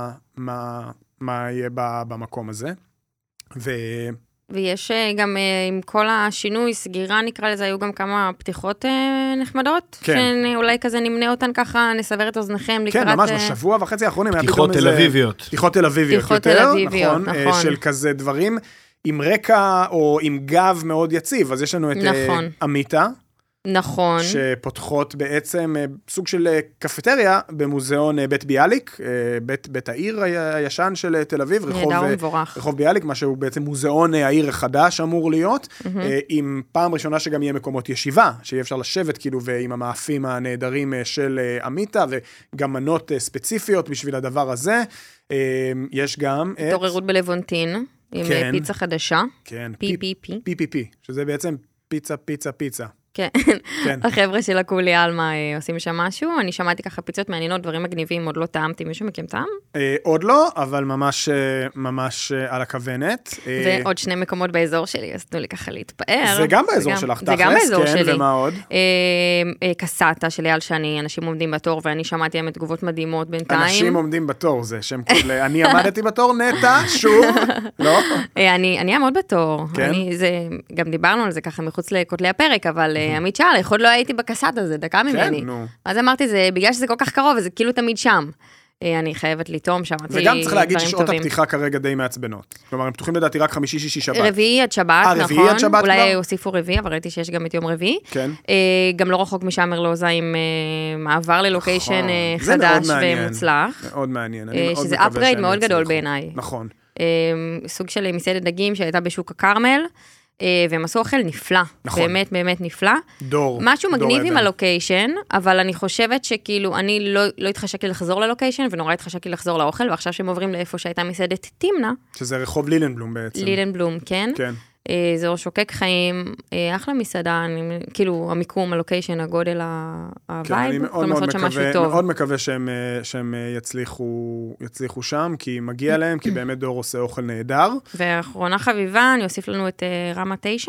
מה יהיה במקום הזה, ו... ויש גם עם כל השינוי, סגירה נקרא לזה, היו גם כמה פתיחות נחמדות, כן. שאולי כזה נמנה אותן ככה, נסבר את אוזניכם לקראת... כן, ממש בשבוע וחצי האחרונים, פתיחות תל אביביות. פתיחות תל אביביות יותר, נכון, נכון. של כזה דברים, עם רקע או עם גב מאוד יציב, אז יש לנו את נכון. אמיתה, נכון. שפותחות בעצם סוג של קפטריה במוזיאון בית ביאליק, בית, בית העיר הישן של תל אביב, רחוב, רחוב ביאליק, מה שהוא בעצם מוזיאון העיר החדש אמור להיות, mm-hmm. עם פעם ראשונה שגם יהיה מקומות ישיבה, שיהיה אפשר לשבת כאילו ועם המאפים הנהדרים של אמיתה, וגם מנות ספציפיות בשביל הדבר הזה. יש גם התעוררות בלוונטין. עם פיצה חדשה. כן. פי פי פי. פי פי פי, שזה בעצם פיצה, פיצה, פיצה. כן, החבר'ה של הקולי אלמה עושים שם משהו, אני שמעתי ככה פיצות מעניינות, דברים מגניבים, עוד לא טעמתי, מישהו מכם טעם? עוד לא, אבל ממש, ממש על הכוונת. ועוד שני מקומות באזור שלי, אז תנו לי ככה להתפאר. זה גם באזור שלך, תכלס, זה גם באזור שלי. ומה עוד? קסטה של אייל שני, אנשים עומדים בתור, ואני שמעתי להם תגובות מדהימות בינתיים. אנשים עומדים בתור, זה שם כולי, אני עמדתי בתור נטע, שוב, לא? אני אעמוד בתור, גם דיברנו על זה ככה מחוץ לכותלי הפרק, אבל עמית שאל, יכול לא הייתי בקסט הזה, דקה ממני. אז אמרתי, זה בגלל שזה כל כך קרוב, זה כאילו תמיד שם. אני חייבת לטום, שמעתי דברים טובים. וגם צריך להגיד ששעות הפתיחה כרגע די מעצבנות. כלומר, הם פתוחים לדעתי רק חמישי, שישי, שבת. רביעי עד שבת, נכון. רביעי עד שבת כבר? אולי הוסיפו רביעי, אבל ראיתי שיש גם את יום רביעי. כן. גם לא רחוק משם ארלוזה עם מעבר ללוקיישן חדש ומוצלח. מאוד מעניין. שזה אפגרייד מאוד גדול בעיניי. נכון. סוג של מסעדת דגים שהייתה בשוק הכרמל. והם עשו אוכל נפלא, נכון. באמת באמת נפלא. דור. משהו דור מגניב אבן. עם הלוקיישן, אבל אני חושבת שכאילו, אני לא, לא התחשק לי לחזור ללוקיישן, ונורא התחשק לי לחזור לאוכל, ועכשיו שהם עוברים לאיפה שהייתה מסעדת תימנה. שזה רחוב לילנבלום בעצם. לילנבלום, כן. כן. זה או שוקק חיים, אחלה מסעדה, אני, כאילו המיקום, הלוקיישן, הגודל, הווייב, כן, אני מאוד מאוד מקווה, מאוד מקווה שהם, שהם יצליחו, יצליחו שם, כי מגיע להם, כי באמת דור עושה אוכל נהדר. ואחרונה חביבה, אני אוסיף לנו את רמה תשע.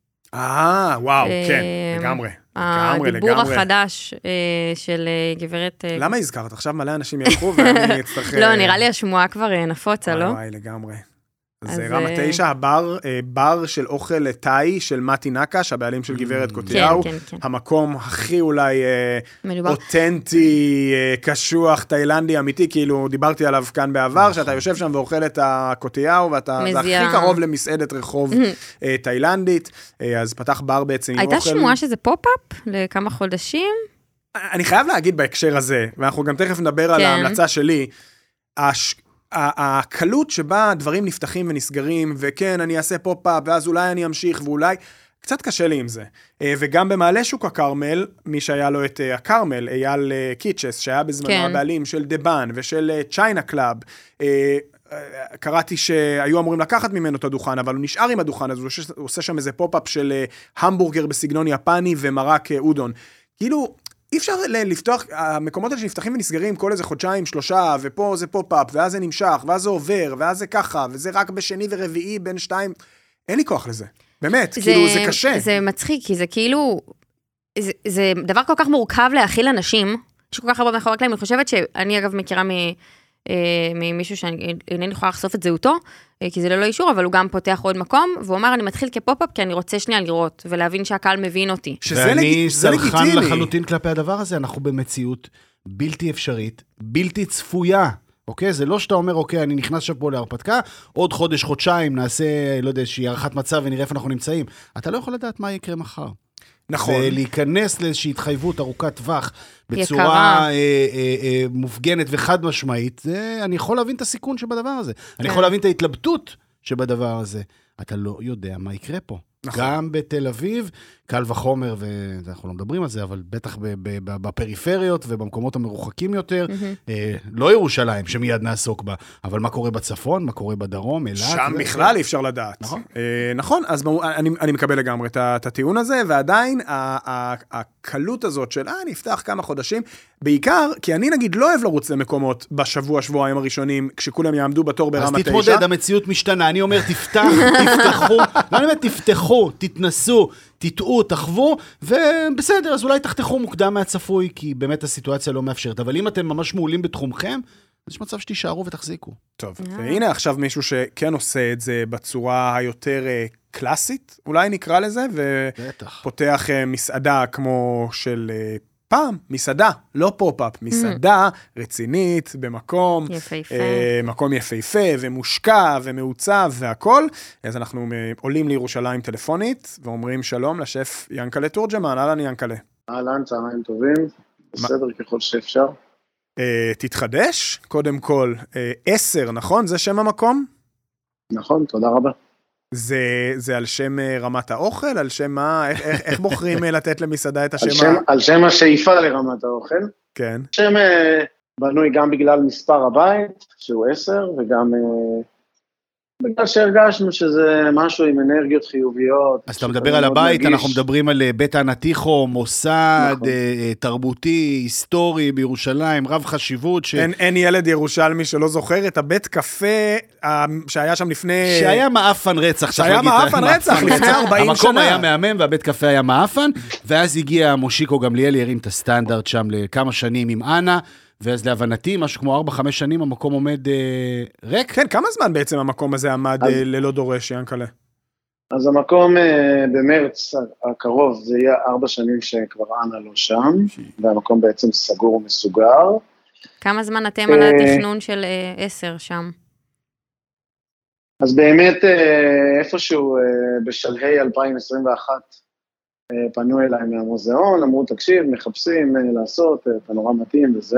אה, וואו, כן, לגמרי. לגמרי, הדיבור לגמרי. החדש של גברת... למה הזכרת? עכשיו מלא אנשים ילכו ואני אצטרך... לא, נראה לי השמועה כבר נפוצה, לא? וואי, לגמרי. אז רמה תשע, הבר, בר של אוכל תאי של מתי נקש, הבעלים של גברת קוטיהו, כן, כן, כן. המקום הכי אולי מדובר. אותנטי, קשוח, תאילנדי, אמיתי, כאילו דיברתי עליו כאן בעבר, שאתה יושב שם ואוכל את הקוטיהו, ואתה, זה הכי קרוב למסעדת רחוב תאילנדית, אז פתח בר בעצם עם אוכל. הייתה שמועה שזה פופ-אפ לכמה חודשים? אני חייב להגיד בהקשר הזה, ואנחנו גם תכף נדבר על ההמלצה שלי, הש... הקלות שבה דברים נפתחים ונסגרים, וכן, אני אעשה פופ-אפ, ואז אולי אני אמשיך, ואולי, קצת קשה לי עם זה. וגם במעלה שוק הכרמל, מי שהיה לו את הכרמל, אייל קיצ'ס, שהיה בזמנו כן. הבעלים של דבן, ושל צ'יינה קלאב, קראתי שהיו אמורים לקחת ממנו את הדוכן, אבל הוא נשאר עם הדוכן, אז הוא עושה שם איזה פופ-אפ של המבורגר בסגנון יפני, ומרק אודון. כאילו, אי אפשר לפתוח, המקומות האלה שנפתחים ונסגרים כל איזה חודשיים, שלושה, ופה זה פופ-אפ, ואז זה נמשך, ואז זה עובר, ואז זה ככה, וזה רק בשני ורביעי בין שתיים, אין לי כוח לזה. באמת, זה, כאילו זה קשה. זה מצחיק, כי זה כאילו, זה, זה דבר כל כך מורכב להכיל אנשים, שכל כך הרבה מאחורי הקלעים, אני חושבת שאני אגב מכירה מ... ממישהו שאני אינני יכולה לחשוף את זהותו, כי זה ללא אישור, אבל הוא גם פותח עוד מקום, והוא אמר, אני מתחיל כפופ-אפ, כי אני רוצה שנייה לראות, ולהבין שהקהל מבין אותי. ואני סלחן לחלוטין כלפי הדבר הזה, אנחנו במציאות בלתי אפשרית, בלתי צפויה, אוקיי? זה לא שאתה אומר, אוקיי, אני נכנס שפה להרפתקה, עוד חודש, חודשיים, נעשה, לא יודע, שהיא הערכת מצב, ונראה איפה אנחנו נמצאים. אתה לא יכול לדעת מה יקרה מחר. נכון. ולהיכנס לאיזושהי התחייבות ארוכת טווח, בצורה אה, אה, אה, מופגנת וחד משמעית, זה, אני יכול להבין את הסיכון שבדבר הזה. אני יכול להבין את ההתלבטות שבדבר הזה. אתה לא יודע מה יקרה פה. נכון. גם בתל אביב, קל וחומר, ואנחנו לא מדברים על זה, אבל בטח בפריפריות ובמקומות המרוחקים יותר, mm-hmm. אה, לא ירושלים, שמיד נעסוק בה, אבל מה קורה בצפון, מה קורה בדרום, אלעד. שם ו... בכלל אי אפשר לדעת. נכון. אה, נכון, אז אני, אני מקבל לגמרי את, את הטיעון הזה, ועדיין הקלות הזאת של, אה, נפתח כמה חודשים, בעיקר, כי אני נגיד לא אוהב לרוץ למקומות בשבוע, שבועיים הראשונים, כשכולם יעמדו בתור ברמה תשע. אז תתמודד, המציאות משתנה, אני אומר, תפתח, תפתחו, לא אני אומר, תפתחו, תתנסו, תטעו, תחוו, ובסדר, אז אולי תחתכו מוקדם מהצפוי, כי באמת הסיטואציה לא מאפשרת, אבל אם אתם ממש מעולים בתחומכם, יש מצב שתישארו ותחזיקו. טוב, והנה עכשיו מישהו שכן עושה את זה בצורה היותר קלאסית, אולי נקרא לזה, ופותח מסעדה כמו של פעם, מסעדה, לא פופ-אפ, מסעדה רצינית, במקום, יפהפה. מקום יפהפה ומושקע ומעוצב והכל, אז אנחנו עולים לירושלים טלפונית, ואומרים שלום לשף ינקלה תורג'מן, אהלן ינקלה. אהלן, צהריים טובים, בסדר ככל שאפשר. תתחדש, קודם כל, עשר, נכון? זה שם המקום? נכון, תודה רבה. זה, זה על שם רמת האוכל? על שם מה? איך, איך, איך בוחרים לתת למסעדה את השם? על שם, על שם השאיפה לרמת האוכל. כן. שם בנוי גם בגלל מספר הבית, שהוא עשר, וגם בגלל שהרגשנו שזה משהו עם אנרגיות חיוביות. אז אתה מדבר על הבית, נגיש. אנחנו מדברים על בית הנתיכו, מוסד, נכון. תרבותי, היסטורי בירושלים, רב חשיבות. ש... אין, אין ילד ירושלמי שלא זוכר את הבית קפה שהיה שם לפני... שהיה מאפן רצח. שהיה מאפן רצח לפני ארבעים שנה. המקום היה מהמם והבית קפה היה מאפן, ואז הגיע מושיקו גמליאל, ירים את הסטנדרט שם לכמה שנים עם אנה, ואז להבנתי, משהו כמו ארבע, חמש שנים, המקום עומד אה, ריק. כן, כמה זמן בעצם המקום הזה עמד אז, אה, ללא דורש, ינקלה? אז המקום אה, במרץ הקרוב, זה יהיה ארבע שנים שכבר אנה לא שם, והמקום בעצם סגור ומסוגר. כמה זמן אתם אה, על התכנון של אה, עשר שם? אז באמת, אה, איפשהו אה, בשלהי אלפיים עשרים ואחת, אה, פנו אליי מהמוזיאון, אמרו, תקשיב, מחפשים אה, לעשות, אה, פנורמה מתאים וזה.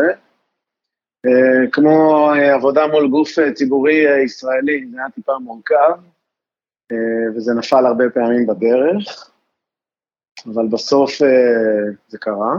כמו עבודה מול גוף ציבורי ישראלי, זה היה טיפה מורכב, וזה נפל הרבה פעמים בדרך, אבל בסוף זה קרה.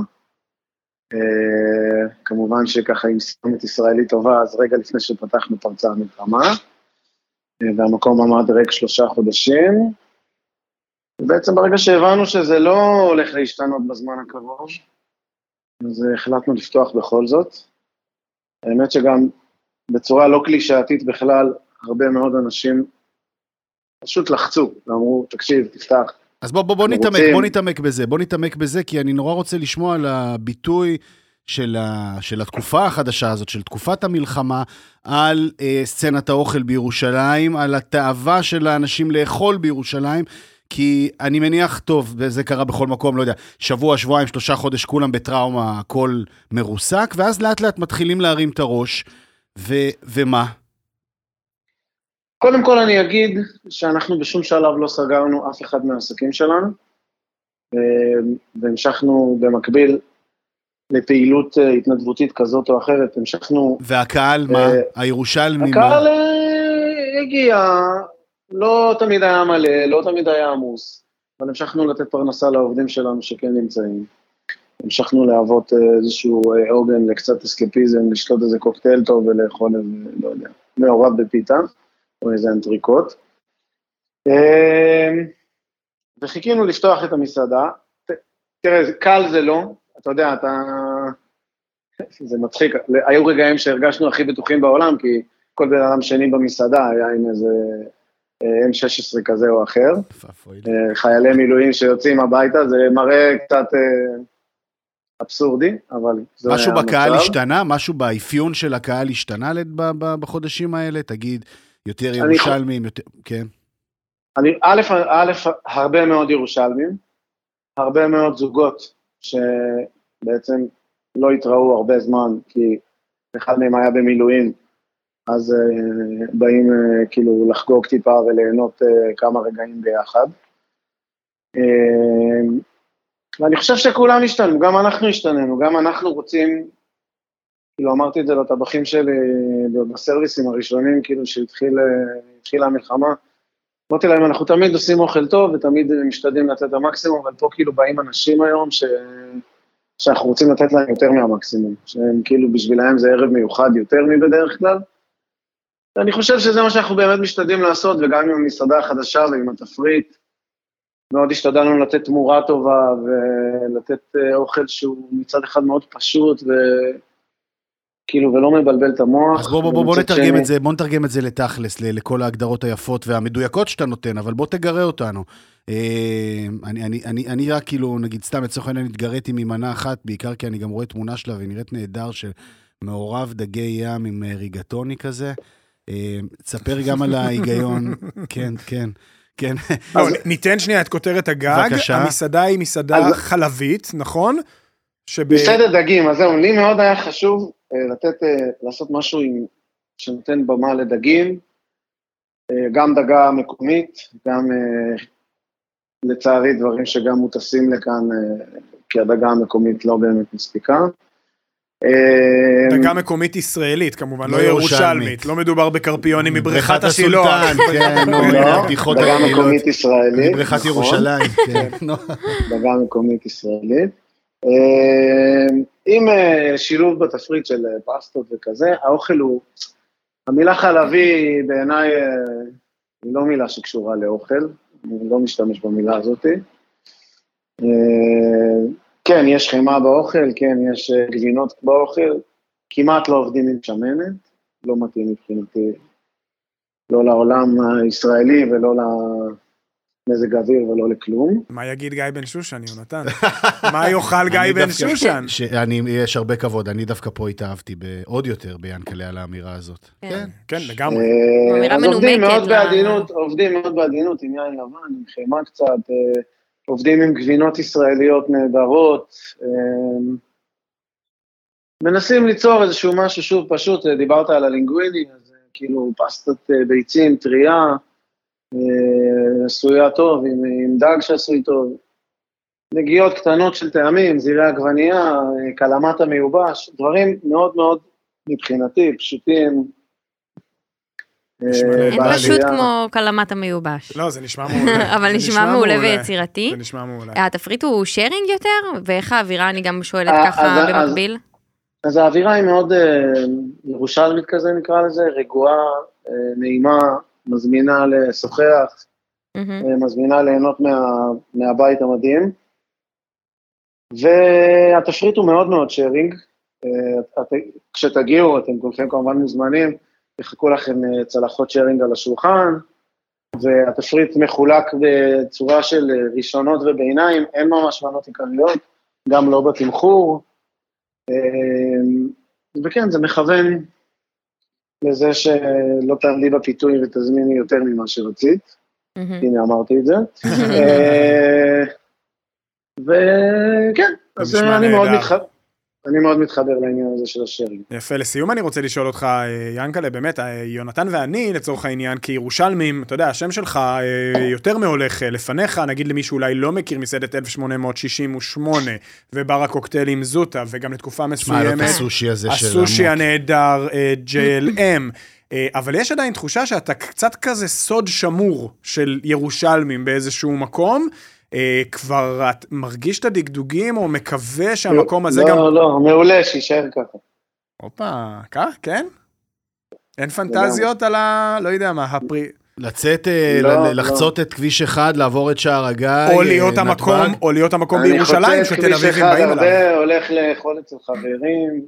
כמובן שככה עם סיומת ישראלית טובה, אז רגע לפני שפתחנו פרצה המלחמה, והמקום עמד ריק שלושה חודשים, ובעצם ברגע שהבנו שזה לא הולך להשתנות בזמן הקרוב, אז החלטנו לפתוח בכל זאת. האמת שגם בצורה לא קלישאתית בכלל, הרבה מאוד אנשים פשוט לחצו, ואמרו, תקשיב, תפתח. אז בוא, בוא, בוא נתעמק, בוא נתעמק בזה, בוא נתעמק בזה, כי אני נורא רוצה לשמוע על הביטוי של, ה, של התקופה החדשה הזאת, של תקופת המלחמה, על אה, סצנת האוכל בירושלים, על התאווה של האנשים לאכול בירושלים, כי אני מניח טוב, וזה קרה בכל מקום, לא יודע, שבוע, שבועיים, שלושה חודש, כולם בטראומה, הכל מרוסק, ואז לאט לאט מתחילים להרים את הראש, ו, ומה? קודם כל אני אגיד שאנחנו בשום שלב לא סגרנו אף אחד מהעסקים שלנו, והמשכנו במקביל לפעילות התנדבותית כזאת או אחרת, המשכנו... והקהל מה? הירושלמי מה? הקהל הגיע... לא תמיד היה מלא, לא תמיד היה עמוס, אבל המשכנו לתת פרנסה לעובדים שלנו שכן נמצאים. המשכנו להוות איזשהו עוגן לקצת אסקפיזם, לשתות איזה קוקטייל טוב ולאכול איזה, לא יודע, מעורב בפיתה, או איזה אנטריקוט. וחיכינו לפתוח את המסעדה. תראה, קל זה לא, אתה יודע, אתה... זה מצחיק, היו רגעים שהרגשנו הכי בטוחים בעולם, כי כל בן אדם שני במסעדה היה עם איזה... אם שש עשרה כזה או אחר, חיילי מילואים שיוצאים הביתה, זה מראה קצת אבסורדי, אבל זה משהו בקהל השתנה? משהו באפיון של הקהל השתנה בחודשים האלה? תגיד, יותר ירושלמים, כן? א', א', הרבה מאוד ירושלמים, הרבה מאוד זוגות שבעצם לא התראו הרבה זמן, כי אחד מהם היה במילואים, אז uh, באים uh, כאילו לחגוג טיפה וליהנות uh, כמה רגעים ביחד. Uh, ואני חושב שכולם השתנו, גם אנחנו השתננו, גם אנחנו רוצים, כאילו אמרתי את זה לטבחים שלי בסרוויסים הראשונים, כאילו שהתחילה המלחמה, אמרתי להם, אנחנו תמיד עושים אוכל טוב ותמיד משתדלים לתת את המקסימום, אבל פה כאילו באים אנשים היום ש... שאנחנו רוצים לתת להם יותר מהמקסימום, שהם כאילו בשבילהם זה ערב מיוחד יותר מבדרך כלל, אני חושב שזה מה שאנחנו באמת משתדלים לעשות, וגם עם המסעדה החדשה ועם התפריט, מאוד השתדלנו לתת תמורה טובה, ולתת אוכל שהוא מצד אחד מאוד פשוט, וכאילו, ולא מבלבל את המוח. אז בוא, בוא, בוא, בוא נתרגם את זה, בוא נתרגם את זה לתכלס, לכל ההגדרות היפות והמדויקות שאתה נותן, אבל בוא תגרה אותנו. אני, אני, אני, אני רק כאילו, נגיד, סתם לצורך העניין, התגרתי ממנה אחת, בעיקר כי אני גם רואה תמונה שלה, והיא נראית נהדר של מעורב דגי ים עם ריגטוני כזה. תספר גם על ההיגיון, כן, כן, כן. ניתן שנייה את כותרת הגג, המסעדה היא מסעדה חלבית, נכון? מסעדת דגים, אז זהו, לי מאוד היה חשוב לתת, לעשות משהו שנותן במה לדגים, גם דגה מקומית, גם לצערי דברים שגם מוטסים לכאן, כי הדגה המקומית לא באמת מספיקה. דגה מקומית ישראלית, כמובן, לא ירושלמית, לא מדובר בקרפיונים מבריכת השילוח. דגה מקומית ישראלית. מבריכת ירושלים. דגה מקומית ישראלית. עם שילוב בתפריט של פסטות וכזה, האוכל הוא, המילה חלבי בעיניי היא לא מילה שקשורה לאוכל, אני לא משתמש במילה הזאת. כן, יש חמה באוכל, כן, יש גבינות באוכל, כמעט לא עובדים עם שמנת, לא מתאים מבחינתי, לא לעולם הישראלי ולא למזג אוויר ולא לכלום. מה יגיד גיא בן שושן, יונתן? מה יוכל גיא בן שושן? יש הרבה כבוד, אני דווקא פה התאהבתי עוד יותר ביאנקלה על האמירה הזאת. כן, כן, לגמרי. אמירה מנומקת. עובדים מאוד בעדינות עם יין לבן, עם חמה קצת, עובדים עם גבינות ישראליות נהדרות, מנסים ליצור איזשהו משהו שוב פשוט, דיברת על הלינגוויני, אז כאילו פסטת ביצים, טריה, עשויה טוב, עם, עם דג שעשוי טוב, נגיעות קטנות של טעמים, זירי עגבנייה, קלמטה מיובש, דברים מאוד מאוד מבחינתי, פשוטים. אין פשוט כמו קלמטה מיובש. לא, זה נשמע מעולה. אבל נשמע מעולה ויצירתי. זה נשמע מעולה. התפריט הוא שיירינג יותר, ואיך האווירה, אני גם שואלת ככה במקביל. אז האווירה היא מאוד ירושלמית כזה נקרא לזה, רגועה, נעימה, מזמינה לשוחח, מזמינה ליהנות מהבית המדהים, והתפריט הוא מאוד מאוד שיירינג, כשתגיעו, אתם כולכם כמובן מוזמנים, יחכו לכם צלחות שיירינג על השולחן, והתפריט מחולק בצורה של ראשונות וביניים, אין ממש מנות עיקריות, גם לא בתמחור, וכן, זה מכוון לזה שלא תעמדי בפיתוי ותזמיני יותר ממה שרצית, הנה אמרתי את זה, וכן, אז אני מאוד מתחבר. אני מאוד מתחבר לעניין הזה של השיירינג. יפה, לסיום אני רוצה לשאול אותך, ינקלה, באמת, יונתן ואני, לצורך העניין, כירושלמים, אתה יודע, השם שלך יותר מהולך לפניך, נגיד למי שאולי לא מכיר מסעדת אלף שמונה מאות שישים ושמונה, ובר הקוקטיילים זוטה, וגם לתקופה מסוימת, הסושי הזה של הסושי הנהדר, ג'יי אל אם, אבל יש עדיין תחושה שאתה קצת כזה סוד שמור של ירושלמים באיזשהו מקום, כבר את מרגיש את הדגדוגים או מקווה שהמקום הזה גם... לא, לא, מעולה, שישאר ככה. הופה, כך, כן? אין פנטזיות על ה... לא יודע מה, הפרי... לצאת, לחצות את כביש אחד, לעבור את שער הגיא, או להיות המקום, או להיות המקום בירושלים, שתל אביבים באים אליו. אני חוצה את כביש אחד הרבה, הולך לאכול אצל חברים.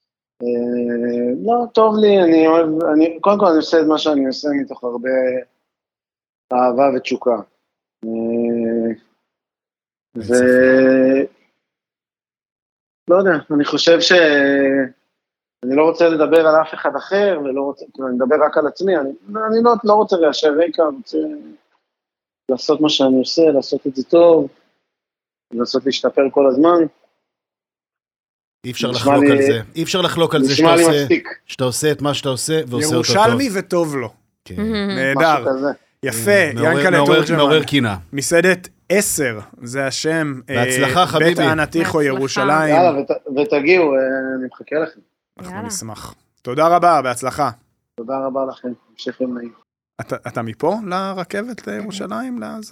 לא, טוב לי, אני אוהב, קודם כל אני עושה את מה שאני עושה מתוך הרבה אהבה ותשוקה. ו... לא יודע, אני חושב ש... אני לא רוצה לדבר על אף אחד אחר, ולא רוצה, אני מדבר רק על עצמי, אני, אני לא, לא רוצה רעשי רקע, אני רוצה לעשות מה שאני עושה, לעשות את זה טוב, לעשות להשתפר כל הזמן. אי אפשר לחלוק על זה, אי אפשר לחלוק על זה שאתה עושה, שאתה עושה את מה שאתה עושה, ועושה אותו טוב. ירושלמי וטוב לו. נהדר. יפה, ינקלה תורג'מן. מעורר קינה. מסעדת עשר, זה השם. בהצלחה חביבי. בית הענתיכו ירושלים. יאללה, ותגיעו, אני מחכה לכם. אנחנו נשמח. תודה רבה, בהצלחה. תודה רבה לכם, המשך יום נעים. אתה מפה לרכבת לירושלים, לזה,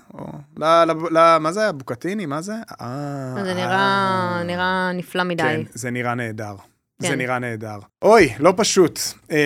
עולה? מה זה, הבוקטיני, מה זה? זה נראה נפלא מדי. כן, זה נראה נהדר. זה נראה נהדר. אוי, לא פשוט.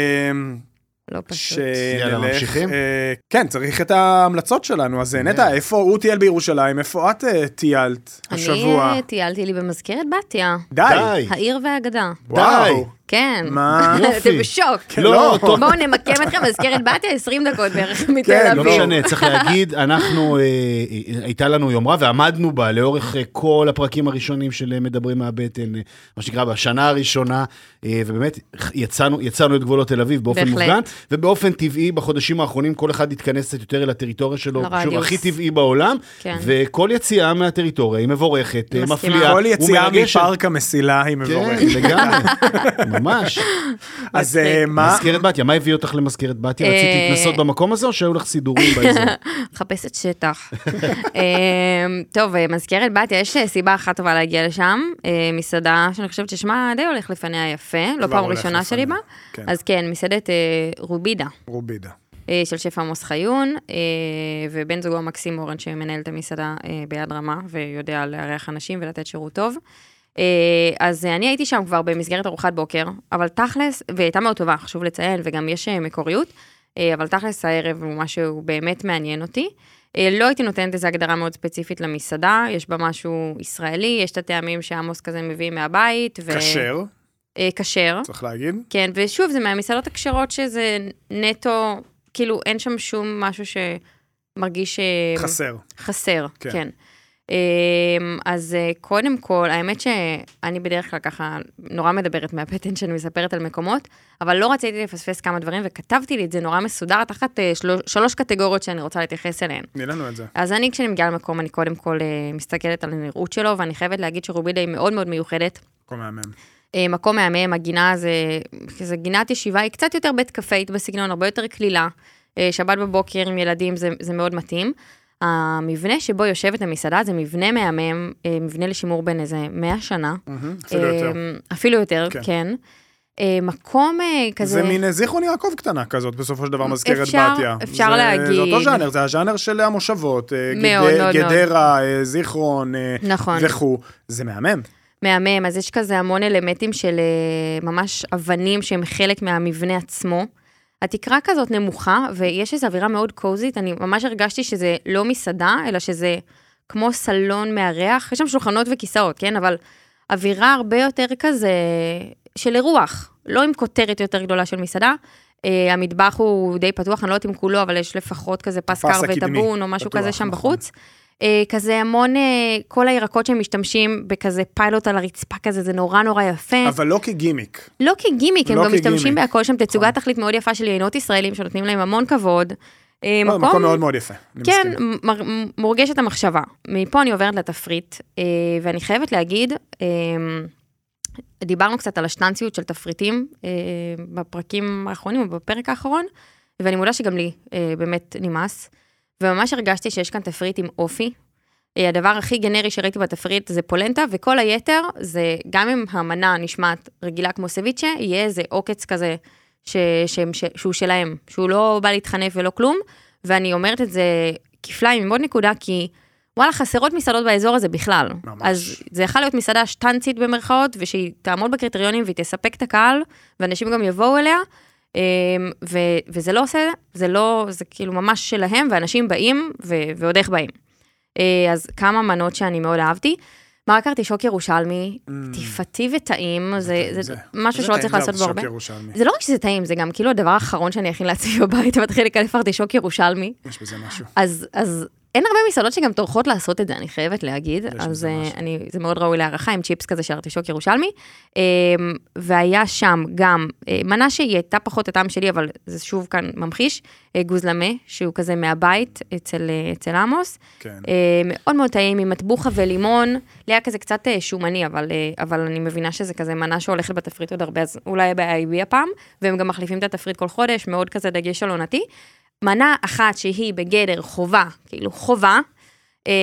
לא פשוט. יאללה, ממשיכים? כן, צריך את ההמלצות שלנו. אז נטע, איפה הוא טייל בירושלים? איפה את טיילת השבוע? אני טיילתי לי במזכרת בתיה. די. העיר והאגדה. די. כן. מה? אתם בשוק. לא, בואו נמקם אתכם מזכרת בתיה עשרים דקות בערך מתל אביב. לא משנה, צריך להגיד, אנחנו, הייתה לנו יומרה ועמדנו בה לאורך כל הפרקים הראשונים של מדברים מהבטן, מה שנקרא בשנה הראשונה, ובאמת יצאנו, יצאנו את גבולות תל אביב באופן מופגן, ובאופן טבעי בחודשים האחרונים כל אחד התכנס קצת יותר אל הטריטוריה שלו, שהוא הכי טבעי בעולם, וכל יציאה מהטריטוריה היא מבורכת, מפליאה, כל יציאה מפארק המסילה היא מבורכת. כן, לגמרי. ממש. אז מה? מזכרת בתיה, מה הביא אותך למזכרת בתיה? רצית להתנסות במקום הזה או שהיו לך סידורים באזור? חפשת שטח. טוב, מזכרת בתיה, יש סיבה אחת טובה להגיע לשם, מסעדה שאני חושבת ששמה די הולך לפניה יפה, לא פעם ראשונה שלי בה, אז כן, מסעדת רובידה. רובידה. של שף עמוס חיון, ובן זוגו מקסים אורן שמנהל את המסעדה ביד רמה, ויודע לארח אנשים ולתת שירות טוב. אז אני הייתי שם כבר במסגרת ארוחת בוקר, אבל תכלס, והייתה מאוד טובה, חשוב לציין, וגם יש מקוריות, אבל תכלס הערב הוא משהו באמת מעניין אותי. לא הייתי נותנת איזו הגדרה מאוד ספציפית למסעדה, יש בה משהו ישראלי, יש את הטעמים שעמוס כזה מביא מהבית. כשר. כשר. צריך להגיד. כן, ושוב, זה מהמסעדות הכשרות שזה נטו, כאילו אין שם שום משהו שמרגיש... חסר. חסר, כן. כן. אז קודם כל, האמת שאני בדרך כלל ככה נורא מדברת מהפטן שאני מספרת על מקומות, אבל לא רציתי לפספס כמה דברים, וכתבתי לי את זה נורא מסודר, תחת שלוש קטגוריות שאני רוצה להתייחס אליהן. תני לנו את זה. אז אני, כשאני מגיעה למקום, אני קודם כל מסתכלת על הנראות שלו, ואני חייבת להגיד שרובידה היא מאוד מאוד מיוחדת. מקום מהמם. מקום מהמם, הגינה זה, זה גינת ישיבה, היא קצת יותר בית קפאית בסגנון, הרבה יותר כלילה. שבת בבוקר עם ילדים זה, זה מאוד מתאים. המבנה שבו יושבת המסעדה זה מבנה מהמם, מבנה לשימור בין איזה מאה שנה. אפילו יותר. אפילו יותר, כן. מקום כזה... זה מין זיכרון יעקב קטנה כזאת, בסופו של דבר מזכרת בתיה. אפשר להגיד. זה אותו ז'אנר, זה הז'אנר של המושבות, גדרה, זיכרון וכו'. זה מהמם. מהמם, אז יש כזה המון אלמנטים של ממש אבנים שהם חלק מהמבנה עצמו. התקרה כזאת נמוכה, ויש איזו אווירה מאוד קוזית, אני ממש הרגשתי שזה לא מסעדה, אלא שזה כמו סלון מארח, יש שם שולחנות וכיסאות, כן? אבל אווירה הרבה יותר כזה של אירוח, לא עם כותרת יותר גדולה של מסעדה, המטבח הוא די פתוח, אני לא יודעת אם כולו, אבל יש לפחות כזה פסקר וטבון, או משהו כזה שם בחוץ. כזה המון, כל הירקות שהם משתמשים בכזה פיילוט על הרצפה כזה, זה נורא נורא יפה. אבל לא כגימיק. לא כגימיק, הם גם משתמשים בהכל שם, תצוגת תכלית מאוד יפה של יינות ישראלים, שנותנים להם המון כבוד. מקום מאוד מאוד יפה. כן, מורגשת המחשבה. מפה אני עוברת לתפריט, ואני חייבת להגיד, דיברנו קצת על השטנציות של תפריטים, בפרקים האחרונים, או בפרק האחרון, ואני מודה שגם לי באמת נמאס. וממש הרגשתי שיש כאן תפריט עם אופי. הדבר הכי גנרי שראיתי בתפריט זה פולנטה, וכל היתר זה, גם אם המנה נשמעת רגילה כמו סביצ'ה, יהיה איזה עוקץ כזה ש, ש, ש, שהוא שלהם, שהוא לא בא להתחנף ולא כלום, ואני אומרת את זה כפליים עם עוד נקודה, כי וואלה, חסרות מסעדות באזור הזה בכלל. ממש. אז זה יכול להיות מסעדה שטנצית במרכאות, ושהיא תעמוד בקריטריונים והיא תספק את הקהל, ואנשים גם יבואו אליה, ו- וזה לא עושה, זה לא, זה כאילו ממש שלהם, ואנשים באים, ו- ועוד איך באים. אז כמה מנות שאני מאוד אהבתי. מרק ארטישוק ירושלמי, טיפתי וטעים, זה, זה, זה משהו שלא צריך לעשות בו הרבה. זה לא רק שזה טעים, זה גם כאילו הדבר האחרון שאני אכין לעצמי בבית, ומתחיל לקלף ארטישוק ירושלמי. יש בזה משהו. אז, אז אין הרבה מסעדות שגם טורחות לעשות את זה, אני חייבת להגיד, אז אני, זה מאוד ראוי להערכה, עם צ'יפס כזה של ארטישוק ירושלמי, והיה שם גם מנה שהיא הייתה פחות הטעם שלי, אבל זה שוב כאן ממחיש, גוזלמה, שהוא כזה מהבית אצל, אצל עמוס, כן. מאוד מאוד טעים, עם מטבוחה ולימון, היה כזה קצת שומני, אבל, אבל אני מבינה שזה כזה מנה שהולכת בתפריט עוד הרבה, אז אולי הבעיה היא הפעם, והם גם מחליפים את התפריט כל חודש, מאוד כזה דגש על עונתי, מנה אחת שהיא בגדר חובה, כאילו חובה, אה,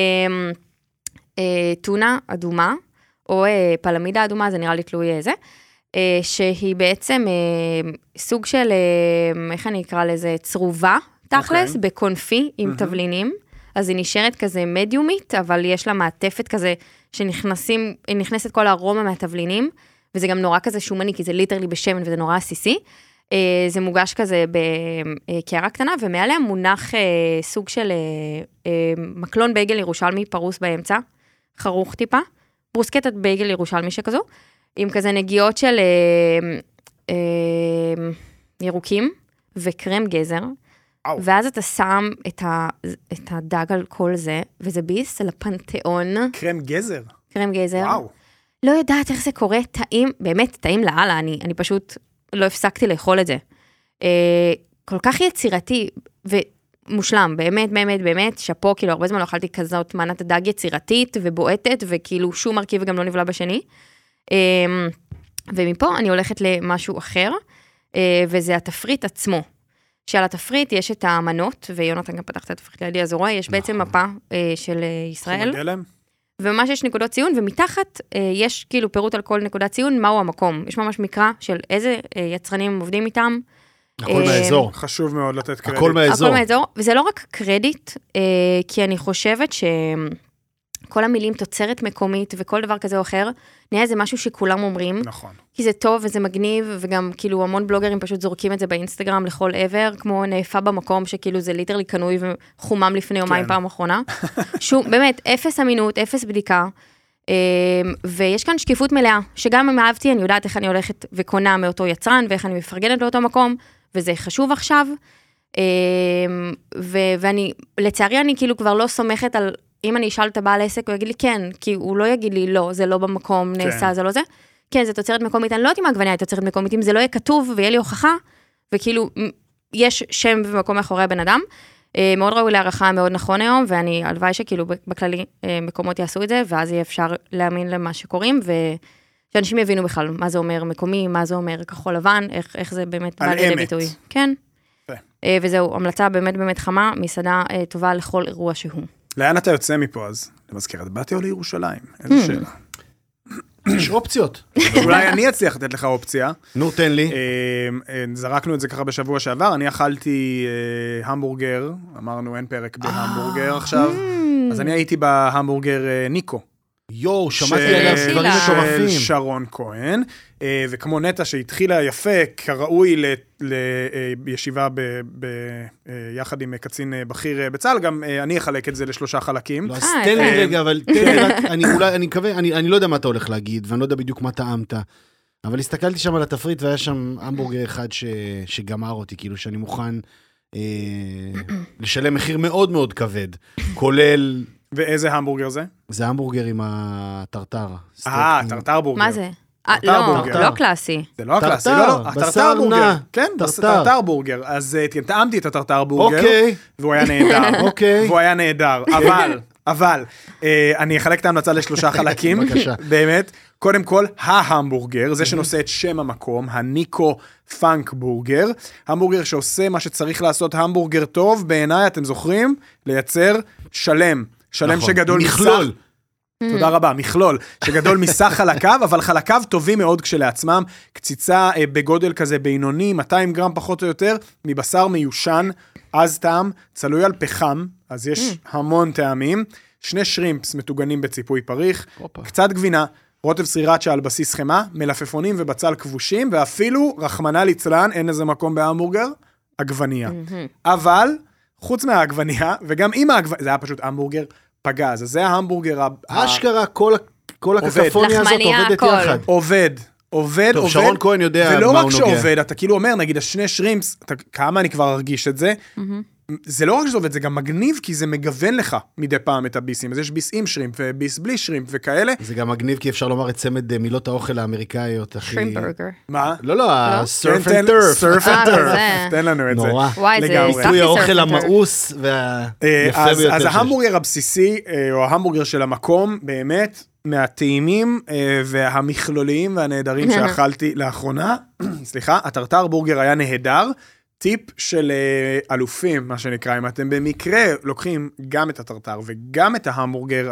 אה, טונה אדומה, או אה, פלמידה אדומה, זה נראה לי תלוי זה, אה, שהיא בעצם אה, סוג של, אה, איך אני אקרא לזה, צרובה, תכלס, okay. בקונפי עם mm-hmm. תבלינים, אז היא נשארת כזה מדיומית, אבל יש לה מעטפת כזה, שנכנסים, נכנסת כל הארומה מהתבלינים, וזה גם נורא כזה שומני, כי זה ליטרלי בשמן, וזה נורא עסיסי, זה מוגש כזה בקערה קטנה, ומעליה מונח סוג של מקלון בייגל ירושלמי פרוס באמצע, חרוך טיפה, ברוסקטת בייגל ירושלמי שכזו, עם כזה נגיעות של ירוקים וקרם גזר, ואז אתה שם את הדג על כל זה, וזה ביס לפנתיאון. קרם גזר? קרם גזר. וואו. לא יודעת איך זה קורה, טעים, באמת טעים לעלה, אני, אני פשוט לא הפסקתי לאכול את זה. אה, כל כך יצירתי ומושלם, באמת, באמת, באמת, שפו, כאילו הרבה זמן לא אכלתי כזאת מנת דג יצירתית ובועטת, וכאילו שום מרכיב גם לא נבלה בשני. אה, ומפה אני הולכת למשהו אחר, אה, וזה התפריט עצמו. שעל התפריט יש את המנות, ויונתן גם פתח את התפריט לידי, אז הוא רואה, יש בעצם מפה אה, של ישראל. חומר וממש יש נקודות ציון, ומתחת אה, יש כאילו פירוט על כל נקודת ציון, מהו המקום. יש ממש מקרא של איזה אה, יצרנים עובדים איתם. הכל מהאזור. חשוב מאוד לתת קרדיט. הכל מהאזור. הכל מהאזור, וזה לא רק קרדיט, אה, כי אני חושבת ש... כל המילים תוצרת מקומית וכל דבר כזה או אחר, נהיה איזה משהו שכולם אומרים. נכון. כי זה טוב וזה מגניב, וגם כאילו המון בלוגרים פשוט זורקים את זה באינסטגרם לכל עבר, כמו נאפה במקום שכאילו זה ליטרלי קנוי וחומם לפני יומיים פעם אחרונה. שום, באמת, אפס אמינות, אפס בדיקה. ויש כאן שקיפות מלאה, שגם אם אהבתי, אני יודעת איך אני הולכת וקונה מאותו יצרן, ואיך אני מפרגנת לאותו מקום, וזה חשוב עכשיו. ואני, לצערי אני כאילו כבר לא סומכת על, אם אני אשאל את הבעל עסק, הוא יגיד לי כן, כי הוא לא יגיד לי לא, זה לא במקום, נעשה, זה לא זה. כן, זה תוצרת מקומית, אני לא יודעת אם העגבניה היא תוצרת מקומית, אם זה לא יהיה כתוב ויהיה לי הוכחה, וכאילו יש שם ומקום מאחורי הבן אדם, מאוד ראוי להערכה, מאוד נכון היום, ואני הלוואי שכאילו בכללי מקומות יעשו את זה, ואז יהיה אפשר להאמין למה שקוראים, ושאנשים יבינו בכלל מה זה אומר מקומי, מה זה אומר כחול לבן, איך, איך זה באמת בא לידי ביטוי. כן. וזהו, המלצה באמת באמת חמה, מסעדה טובה לכל אירוע שהוא. לאן אתה יוצא מפה אז? למזכירת בתיה או לירושלים? איזה שאלה. יש אופציות. אולי אני אצליח לתת לך אופציה. נו, תן לי. זרקנו את זה ככה בשבוע שעבר, אני אכלתי המבורגר, אמרנו אין פרק בהמבורגר עכשיו, אז אני הייתי בהמבורגר ניקו. יו, שמעתי עליו דברים מטורפים. של שרון כהן, וכמו נטע שהתחילה יפה, כראוי לישיבה יחד עם קצין בכיר בצה"ל, גם אני אחלק את זה לשלושה חלקים. לא, אז תן לי רגע, אבל תן לי רק, אני אולי, אני מקווה, אני לא יודע מה אתה הולך להגיד, ואני לא יודע בדיוק מה טעמת, אבל הסתכלתי שם על התפריט, והיה שם המבורגר אחד שגמר אותי, כאילו שאני מוכן לשלם מחיר מאוד מאוד כבד, כולל... ואיזה המבורגר זה? זה המבורגר עם הטרטר. אה, טרטר בורגר. מה זה? לא, לא קלאסי. זה לא הקלאסי, לא, לא, הטרטר בורגר. כן, טרטר בורגר. אז טעמתי את הטרטר בורגר, והוא היה נהדר. והוא היה נהדר, אבל, אבל, אני אחלק את ההמלצה לשלושה חלקים, באמת. קודם כל, ההמבורגר, זה שנושא את שם המקום, הניקו פאנק בורגר, המבורגר שעושה מה שצריך לעשות המבורגר טוב, בעיניי, אתם זוכרים, לייצר שלם. שלם שגדול מכלול. תודה רבה, מכלול, שגדול מסך חלקיו, אבל חלקיו טובים מאוד כשלעצמם, קציצה בגודל כזה בינוני, מאתיים גרם פחות או יותר, מבשר מיושן, אז טעם, צלוי על פחם, אז יש המון טעמים, שני שרימפס מטוגנים בציפוי פריך, קצת גבינה, רוטב סרירצ'ה על בסיס חמה, מלפפונים ובצל כבושים, ואפילו, רחמנא ליצלן, אין איזה מקום בהמבורגר, עגבניה. אבל... חוץ מהעגבניה, וגם עם העגבניה, זה היה פשוט המבורגר פגז, אז זה ההמבורגר... אשכרה, כל הקקפוניה הזאת עובדת יחד. עובד, עובד, טוב, שרון כהן יודע מה הוא נוגע. ולא רק שעובד, אתה כאילו אומר, נגיד, השני שרימפס, כמה אני כבר ארגיש את זה, זה לא רק שזה עובד, זה גם מגניב, כי זה מגוון לך מדי פעם את הביסים. אז יש ביס עם שרימפ וביס בלי שרימפ וכאלה. זה גם מגניב, כי אפשר לומר את צמד מילות האוכל האמריקאיות, אחי. שרימפברגר. מה? לא, לא, הסרף אנד טרף. סרף אנד טרף. תן לנו את זה. נורא. וואי, זה ביטוי האוכל המאוס והיפה ביותר. אז ההמבורגר הבסיסי, או ההמבורגר של המקום, באמת, מהטעימים והמכלוליים והנהדרים שאכלתי לאחרונה. סליחה, הטרטר בורגר היה נהדר. טיפ של אלופים, מה שנקרא, אם אתם במקרה לוקחים גם את הטרטר וגם את ההמבורגר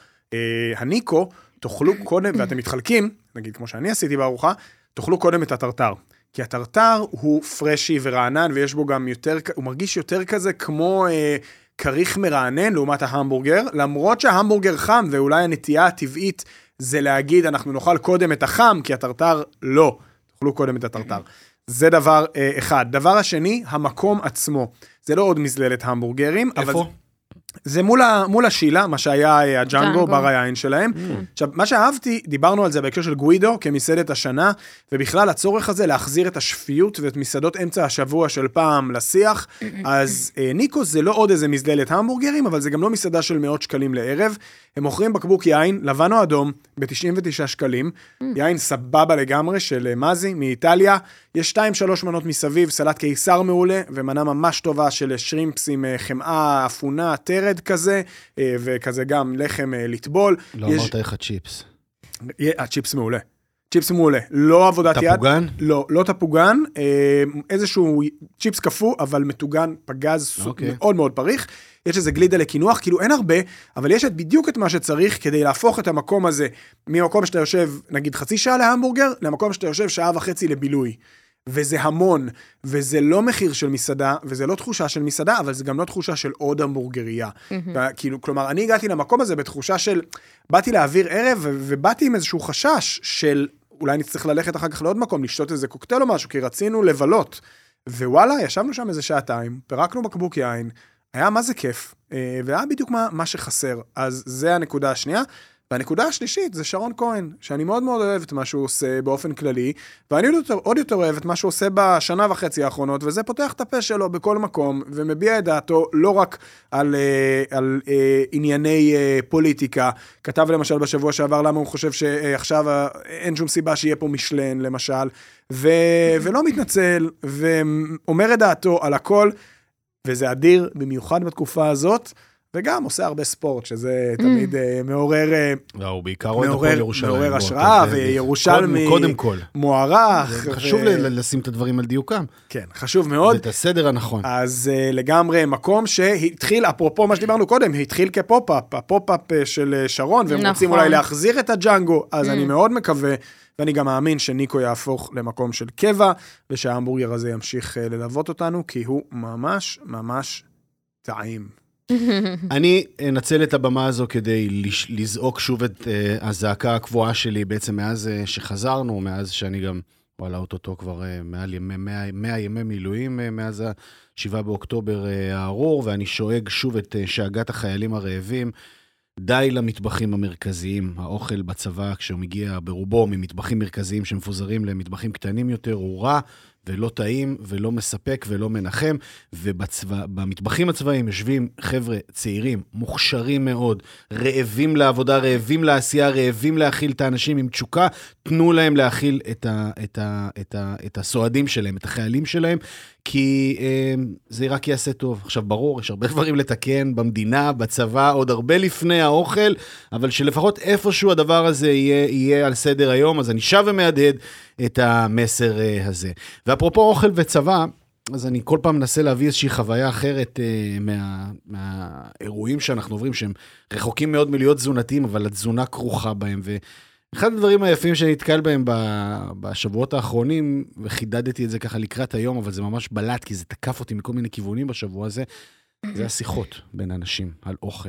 הניקו, תאכלו קודם, ואתם מתחלקים, נגיד כמו שאני עשיתי בארוחה, תאכלו קודם את הטרטר. כי הטרטר הוא פרשי ורענן, ויש בו גם יותר, הוא מרגיש יותר כזה כמו קריך מרענן לעומת ההמבורגר, למרות שההמבורגר חם, ואולי הנטייה הטבעית זה להגיד, אנחנו נאכל קודם את החם, כי הטרטר לא. תאכלו קודם את הטרטר. זה דבר אה, אחד. דבר השני, המקום עצמו. זה לא עוד מזללת המבורגרים. איפה? אבל זה מול, ה, מול השילה, מה שהיה הג'אנגו, בר היין שלהם. Mm. עכשיו, מה שאהבתי, דיברנו על זה בהקשר של גווידו, כמסעדת השנה, ובכלל הצורך הזה להחזיר את השפיות ואת מסעדות אמצע השבוע של פעם לשיח. אז אה, ניקו זה לא עוד איזה מזללת המבורגרים, אבל זה גם לא מסעדה של מאות שקלים לערב. הם מוכרים בקבוק יין, לבן או אדום, ב-תשעים ותשעה שקלים. יין סבבה לגמרי של מזי, מאיטליה. יש שתיים שלוש מנות מסביב, סלט קיסר מעולה, ומנה ממש טובה של שרימפס עם חמאה, אפונה, טרד כזה, וכזה גם לחם לטבול. לא יש... אמרת איך הצ'יפס. הצ'יפס מעולה. צ'יפס מעולה. לא עבודת יד. תפוגן? לא, לא תפוגן. איזשהו צ'יפס קפוא, אבל מטוגן, פגז, okay. מאוד מאוד פריך. יש איזה גלידה לקינוח, כאילו אין הרבה, אבל יש את בדיוק את מה שצריך כדי להפוך את המקום הזה, ממקום שאתה יושב, נגיד חצי שעה להמבורגר, למקום שאתה יושב שעה וחצי לבילוי. וזה המון, וזה לא מחיר של מסעדה, וזה לא תחושה של מסעדה, אבל זה גם לא תחושה של עוד המבורגריה. כאילו, כלומר, אני הגעתי למקום הזה בתחושה של, באתי להעביר ערב, ובאתי עם איזשהו חשש של, אולי נצטרך ללכת אחר כך לעוד מקום, לשתות איזה קוקטייל או משהו, כי רצינו לבלות. ווואלה, ישבנו שם איזה שעתיים, פרקנו בקבוק יין, היה מה זה כיף, והיה בדיוק מה, מה שחסר. אז זה הנקודה השנייה. והנקודה השלישית זה שרון כהן, שאני מאוד מאוד אוהב את מה שהוא עושה באופן כללי, ואני עוד יותר, עוד יותר אוהב את מה שהוא עושה בשנה וחצי האחרונות, וזה פותח את הפה שלו בכל מקום, ומביע את דעתו לא רק על, על, על ענייני פוליטיקה. כתב למשל בשבוע שעבר למה הוא חושב שעכשיו אין שום סיבה שיהיה פה משלן, למשל, ו, ולא מתנצל, ואומר את דעתו על הכל, וזה אדיר במיוחד בתקופה הזאת, וגם עושה הרבה ספורט, שזה תמיד מעורר... לא, הוא בעיקר עוד הפועל ירושלים. מעורר השראה, וירושלמי מוערך. חשוב לשים את הדברים על דיוקם. כן, חשוב מאוד. את הסדר הנכון. אז לגמרי מקום שהתחיל, אפרופו מה שדיברנו קודם, התחיל כפופ-אפ, הפופ-אפ של שרון, והם רוצים אולי להחזיר את הג'אנגו, אז אני מאוד מקווה, ואני גם מאמין שניקו יהפוך למקום של קבע, ושההמבורגר הזה ימשיך ללוות אותנו, כי הוא ממש ממש טעים. אני אנצל את הבמה הזו כדי לזעוק שוב את הזעקה הקבועה שלי בעצם מאז שחזרנו, מאז שאני גם, וואלה, אוטוטו כבר מעל מאה ימי מילואים מאז ה-שבעה באוקטובר הארור, ואני שואג שוב את שאגת החיילים הרעבים, די למטבחים המרכזיים, האוכל בצבא כשהוא מגיע ברובו ממטבחים מרכזיים שמפוזרים למטבחים קטנים יותר, הוא רע, ולא טעים, ולא מספק, ולא מנחם, ובמטבחים הצבאיים יושבים חבר'ה צעירים, מוכשרים מאוד, רעבים לעבודה, רעבים לעשייה, רעבים להאכיל את האנשים עם תשוקה, תנו להם להאכיל את, ה, את, ה, את, ה, את הסועדים שלהם, את החיילים שלהם, כי אה, זה רק יעשה טוב. עכשיו, ברור, יש הרבה דברים לתקן במדינה, בצבא, עוד הרבה לפני האוכל, אבל שלפחות איפשהו הדבר הזה יהיה, יהיה על סדר היום, אז אני שב ומהדהד את המסר אה, הזה. ואפרופו אוכל וצבא, אז אני כל פעם מנסה להביא איזושהי חוויה אחרת אה, מה, מהאירועים שאנחנו עוברים, שהם רחוקים מאוד מלהיות תזונתיים, אבל התזונה כרוכה בהם, ו... אחד הדברים היפים שנתקל בהם בשבועות האחרונים, וחידדתי את זה ככה לקראת היום, אבל זה ממש בלט, כי זה תקף אותי מכל מיני כיוונים בשבוע הזה, זה השיחות בין אנשים על אוכל.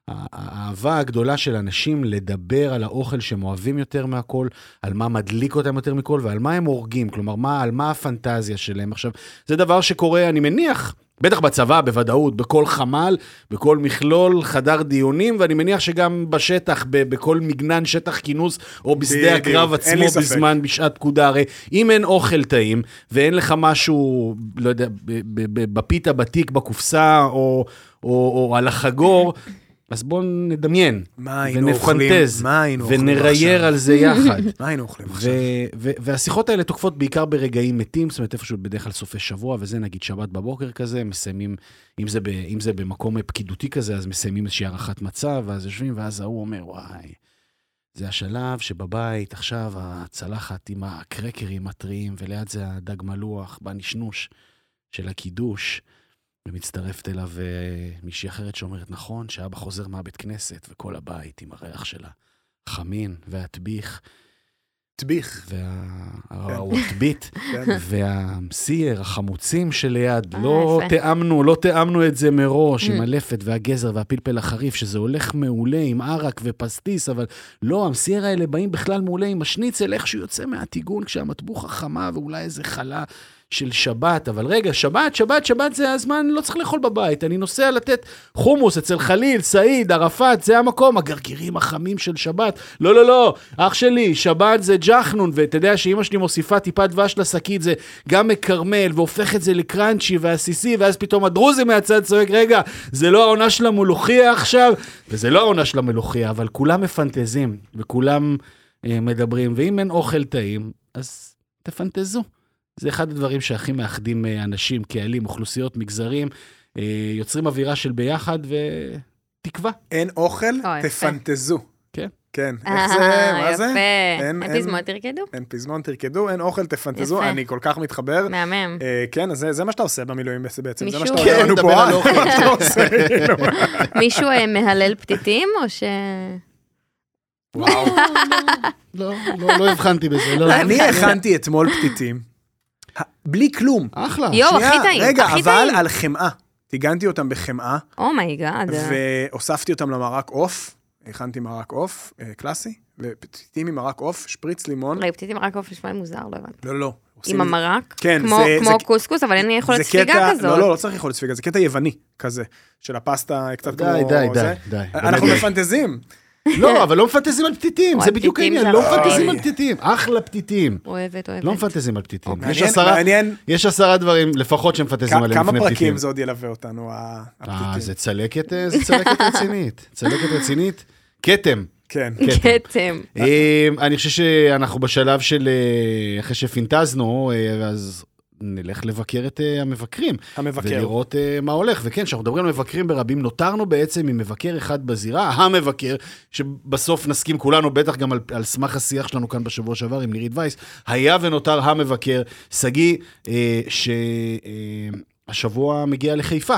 האהבה הגדולה של אנשים לדבר על האוכל שהם אוהבים יותר מהכל, על מה מדליק אותם יותר מכל, ועל מה הם הורגים, כלומר, מה, על מה הפנטזיה שלהם. עכשיו, זה דבר שקורה, אני מניח, בטח בצבא, בוודאות, בכל חמ"ל, בכל מכלול, חדר דיונים, ואני מניח שגם בשטח, בכל מגנן שטח כינוס, או בשדה הקרב עצמו בזמן, בשעת פקודה. הרי אם אין אוכל טעים, ואין לך משהו, לא יודע, בפיתה, בתיק, בקופסה, או, או, או על החגור, אז בואו נדמיין, ונפנטז, ונרייר על זה יחד. מה היינו אוכלים עכשיו? והשיחות האלה תוקפות בעיקר ברגעים מתים, זאת אומרת, איפשהו בדרך כלל סופי שבוע, וזה נגיד שבת בבוקר כזה, מסיימים, אם זה במקום פקידותי כזה, אז מסיימים איזושהי הערכת מצב, ואז יושבים, ואז ההוא אומר, וואי, זה השלב שבבית, עכשיו הצלחת עם הקרקרים הטריים, וליד זה הדג מלוח, בנשנוש של הקידוש, ומצטרפת אליו מישהי אחרת שאומרת, נכון, שאבא חוזר מהבית כנסת, וכל הבית עם הריח שלה, חמין והטביח, טביח, הוא הטבית, והמסייר, החמוצים שליד, לא תאמנו, לא תאמנו את זה מראש, עם הלפת והגזר והפלפל החריף, שזה הולך מעולה עם ערק ופסטיס, אבל לא, המסייר האלה באים בכלל מעולה עם השניצל, איך שהוא יוצא מהטיגון, כשהמטבוח החמה, ואולי איזה חלה, של שבת, אבל רגע, שבת, שבת, שבת זה הזמן, לא צריך לאכול בבית, אני נוסע לתת חומוס אצל חליל, סעיד, ערפאת, זה המקום, הגרגירים החמים של שבת, לא, לא, לא, אח שלי, שבת זה ג'חנון, ואתה יודע שאמא שלי מוסיפה טיפת דבש לשקית, זה גם מקרמל, והופך את זה לקרנצ'י והסיסי, ואז פתאום הדרוזי מהצד צועק, רגע, זה לא העונה של המלוכיה עכשיו, וזה לא העונה של המלוכיה, אבל כולם מפנטזים, וכולם אה, מדברים, ואם אין אוכל טעים, אז תפנטזו. זה אחד הדברים שהכי מאחדים אנשים, קהלים, אוכלוסיות, מגזרים, יוצרים אווירה של ביחד ותקווה. אין אוכל, תפנטזו. כן. כן. איך זה? מה זה? יפה. אין פזמון תרקדו. אין פזמון תרקדו, אין אוכל, תפנטזו. אני כל כך מתחבר. מהמם. כן, אז זה מה שאתה עושה במילואים בעצם. זה מה מישהו... שאתה עושה לנו פה. מישהו מהלל פתיתים או ש... וואו. לא, לא הבחנתי בזה. אני הכנתי אתמול פתיתים. בלי כלום. אחלה. יו, הכי טעים. רגע, אבל על חמאה. טיגנתי אותם בחמאה. אומייגאד. והוספתי אותם למרק עוף. הכנתי מרק עוף, קלאסי, ופתיתים עם מרק עוף, שפריץ לימון. רגע, פתיתים מרק עוף, נשמע מוזר, לא הבנתי. לא, לא. עם המרק? כן. כמו קוסקוס, אבל אין לי יכולת ספיגה כזאת. לא, לא, לא צריך יכולת ספיגה, זה קטע יווני כזה, של הפסטה קצת כמו... די, די, די. אנחנו מפנטזים. לא, אבל לא מפנטזים על פתיתים, זה בדיוק העניין, לא מפנטזים על פתיתים, אחלה פתיתים. אוהבת, אוהבת. לא מפנטזים על פתיתים. יש עשרה דברים לפחות שמפנטזים עליהם לפני פתיתים. כמה פרקים זה עוד ילווה אותנו, הפתיתים? זה צלקת, זה צלקת רצינית. צלקת רצינית, כתם. כן. כתם. אני חושב שאנחנו בשלב של, אחרי שפינטזנו, אז... נלך לבקר את uh, המבקרים. המבקר. ולראות uh, מה הולך. וכן, כשאנחנו מדברים על מבקרים ברבים, נותרנו בעצם עם מבקר אחד בזירה, המבקר, שבסוף נסכים כולנו, בטח גם על, על סמך השיח שלנו כאן בשבוע שעבר עם נירית וייס, היה ונותר המבקר, סגי, uh, שהשבוע uh, מגיע לחיפה.